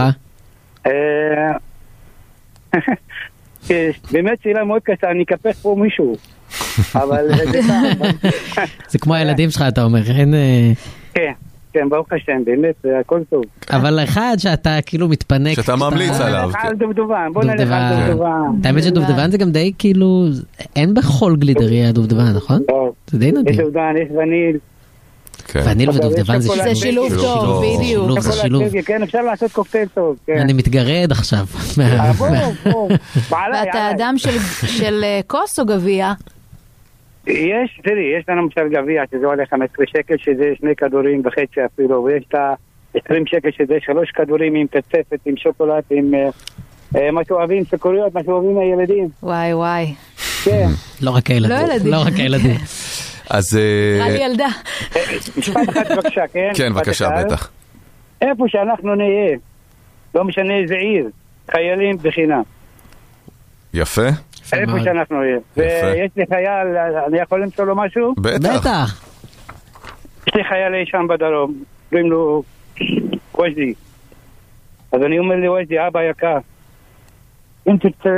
באמת שאלה מאוד קשה, אני אקפח פה מישהו. אבל זה טעם. זה כמו הילדים שלך, אתה אומר, אין... כן. כן, ברוך השם, באמת, הכל טוב. אבל אחד שאתה כאילו מתפנק... שאתה ממליץ עליו. על דובדובן, בוא נלך על דובדובן. האמת שדובדובן זה גם די כאילו... אין בכל גלידריה דובדובן, נכון? זה די נדיר. יש דובדובן, יש וניל. וניל ודובדובן זה שילוב. זה שילוב טוב, בדיוק. זה שילוב. כן, אפשר לעשות קוקטייל טוב. אני מתגרד עכשיו. בוא, בוא. ואתה אדם של כוס או גביע? יש, תראי, יש לנו משל גביע שזה עולה חמישה עשר שקל שזה שני כדורים וחצי אפילו, ויש את ה-עשרים שקל שזה שלוש כדורים עם קצפת, עם שוקולד, עם מה שאוהבים, סוכריות, מה שאוהבים הילדים. וואי וואי. כן. לא רק הילדים. לא ילדים. לא רק הילדים. אז... נראה לי ילדה. משפט אחד בבקשה, כן? כן, בבקשה, בטח. איפה שאנחנו נהיה, לא משנה איזה עיר, חיילים בחינם. יפה. איפה שאנחנו נהיה. ויש לי חייל, אני יכול למצוא לו משהו? בטח. יש לי חייל אי שם בדרום, קוראים לו ווז'די. אז אני אומר לי, ווז'די, אבא יקר, אם תרצה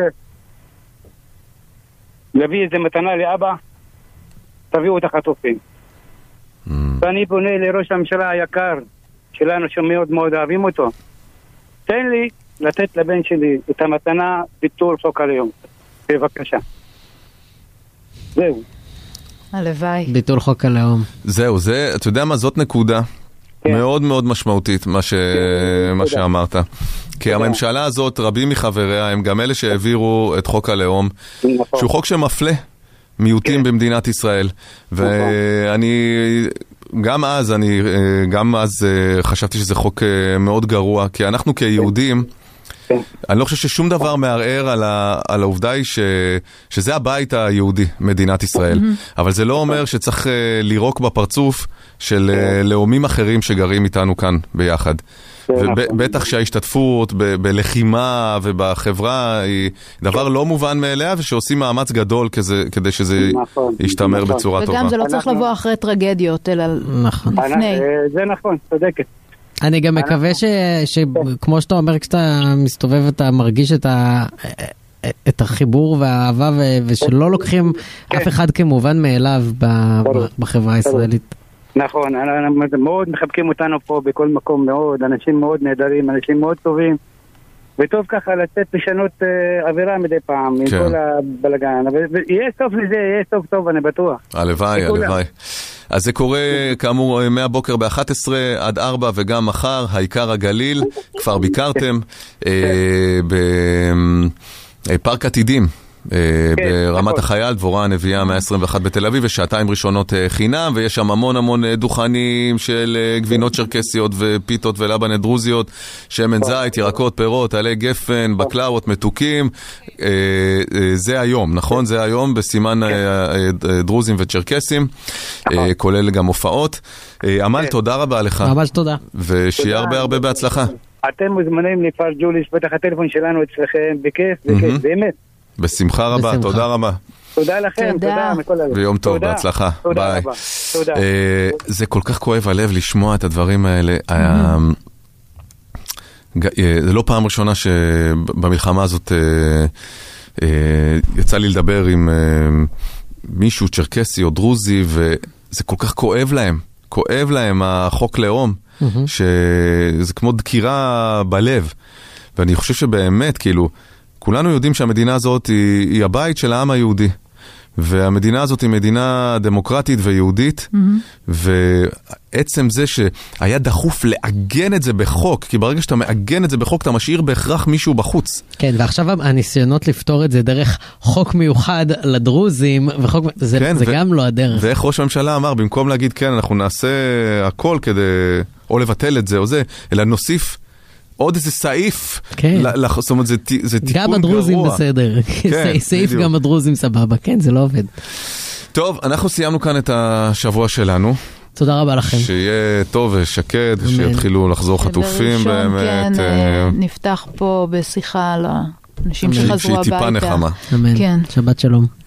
להביא איזה מתנה לאבא, תביאו את החטופים. ואני פונה לראש הממשלה היקר שלנו שמאוד מאוד אוהבים אותו, תן לי לתת לבן שלי את המתנה ביטול חוק הלאום, בבקשה. זהו. הלוואי. ביטול חוק הלאום. זהו, זה, אתה יודע מה, זאת נקודה מאוד מאוד משמעותית, מה ש... מה שאמרת. כי הממשלה הזאת, רבים מחבריה, הם גם אלה שהעבירו את חוק הלאום, שהוא חוק שמפלה מיעוטים במדינת ישראל. ואני, גם אז, אני, גם אז חשבתי שזה חוק מאוד גרוע, כי אנחנו כיהודים, אני לא חושב ששום דבר מערער על, ה, על העובדה היא ש, שזה הבית היהודי, מדינת ישראל. אבל זה לא אומר שצריך uh, לירוק בפרצוף של uh, לאומים אחרים שגרים איתנו כאן ביחד. ובטח שההשתתפות ב, בלחימה ובחברה היא דבר לא מובן מאליה, ושעושים מאמץ גדול כזה, כדי שזה ישתמר בצורה טובה. וגם זה לא צריך לבוא אחרי טרגדיות, אלא לפני. זה נכון, צודקת. אני גם מקווה שכמו שאתה אומר, כשאתה מסתובב אתה מרגיש את ה... את החיבור והאהבה, ושלא לוקחים אף אחד כמובן מאליו בחברה הישראלית. נכון, מאוד מחבקים אותנו פה בכל מקום מאוד, אנשים מאוד נהדרים, אנשים מאוד טובים, וטוב ככה לצאת לשנות אווירה מדי פעם, עם כל הבלגן, ויהיה סוף לזה, יהיה סוף טוב, אני בטוח. הלוואי, הלוואי. אז זה קורה כאמור מהבוקר ב-אחת עשרה עד ארבע וגם מחר, העיקר הגליל, כבר ביקרתם בפארק עתידים, ברמת החייל, דבורה הנביאה מאה עשרים ואחת בתל אביב, ושעתיים ראשונות חינם, ויש שם המון המון דוכנים של גבינות צ'רקסיות ופיתות ולבנת דרוזיות, שמן זית, ירקות, פירות, עלי גפן, בקלאות, מתוקים. זה היום, נכון? זה היום בסימן דרוזים וצ'רקסים, כולל גם הופעות. עמל, תודה רבה לך. ממש תודה. ושיהיה הרבה הרבה בהצלחה. אתם מוזמנים לפארק ג'וליס, בטח הטלפון שלנו אצלכם, בכיף, בכיף, באמת. בשמחה רבה, תודה רבה. תודה לכם, תודה מכל הלב. ויום טוב, בהצלחה. ביי. תודה. זה כל כך כואב הלב לשמוע את הדברים האלה. זה לא פעם ראשונה שבמלחמה הזאת יצא לי לדבר עם מישהו צ'רקסי או דרוזי, וזה כל כך כואב להם. כואב להם החוק לאום, שזה כמו דקירה בלב. ואני חושב שבאמת, כאילו, כולנו יודעים שהמדינה הזאת היא, היא הבית של העם היהודי, והמדינה הזאת היא מדינה דמוקרטית ויהודית, mm-hmm. ועצם זה שהיה דחוף לעגן את זה בחוק, כי ברגע שאתה מעגן את זה בחוק, אתה משאיר בהכרח מישהו בחוץ. כן, ועכשיו הניסיונות לפתור את זה דרך חוק מיוחד לדרוזים, וחוק, זה, כן, זה ו- גם לא הדרך. ואיך ראש הממשלה אמר, במקום להגיד כן, אנחנו נעשה הכל כדי, או לבטל את זה או זה, אלא נוסיף עוד איזה סעיף, זאת אומרת, זה תיקון גרוע. גם הדרוזים בסדר, סעיף גם הדרוזים סבבה, כן, זה לא עובד. טוב, אנחנו סיימנו כאן את השבוע שלנו. תודה רבה לכם. שיהיה טוב ושקד, שיתחילו לחזור חטופים באמת. כן, נפתח פה בשיחה על האנשים שחזרו הביתה. שהיא טיפה נחמה. אמן, שבת שלום.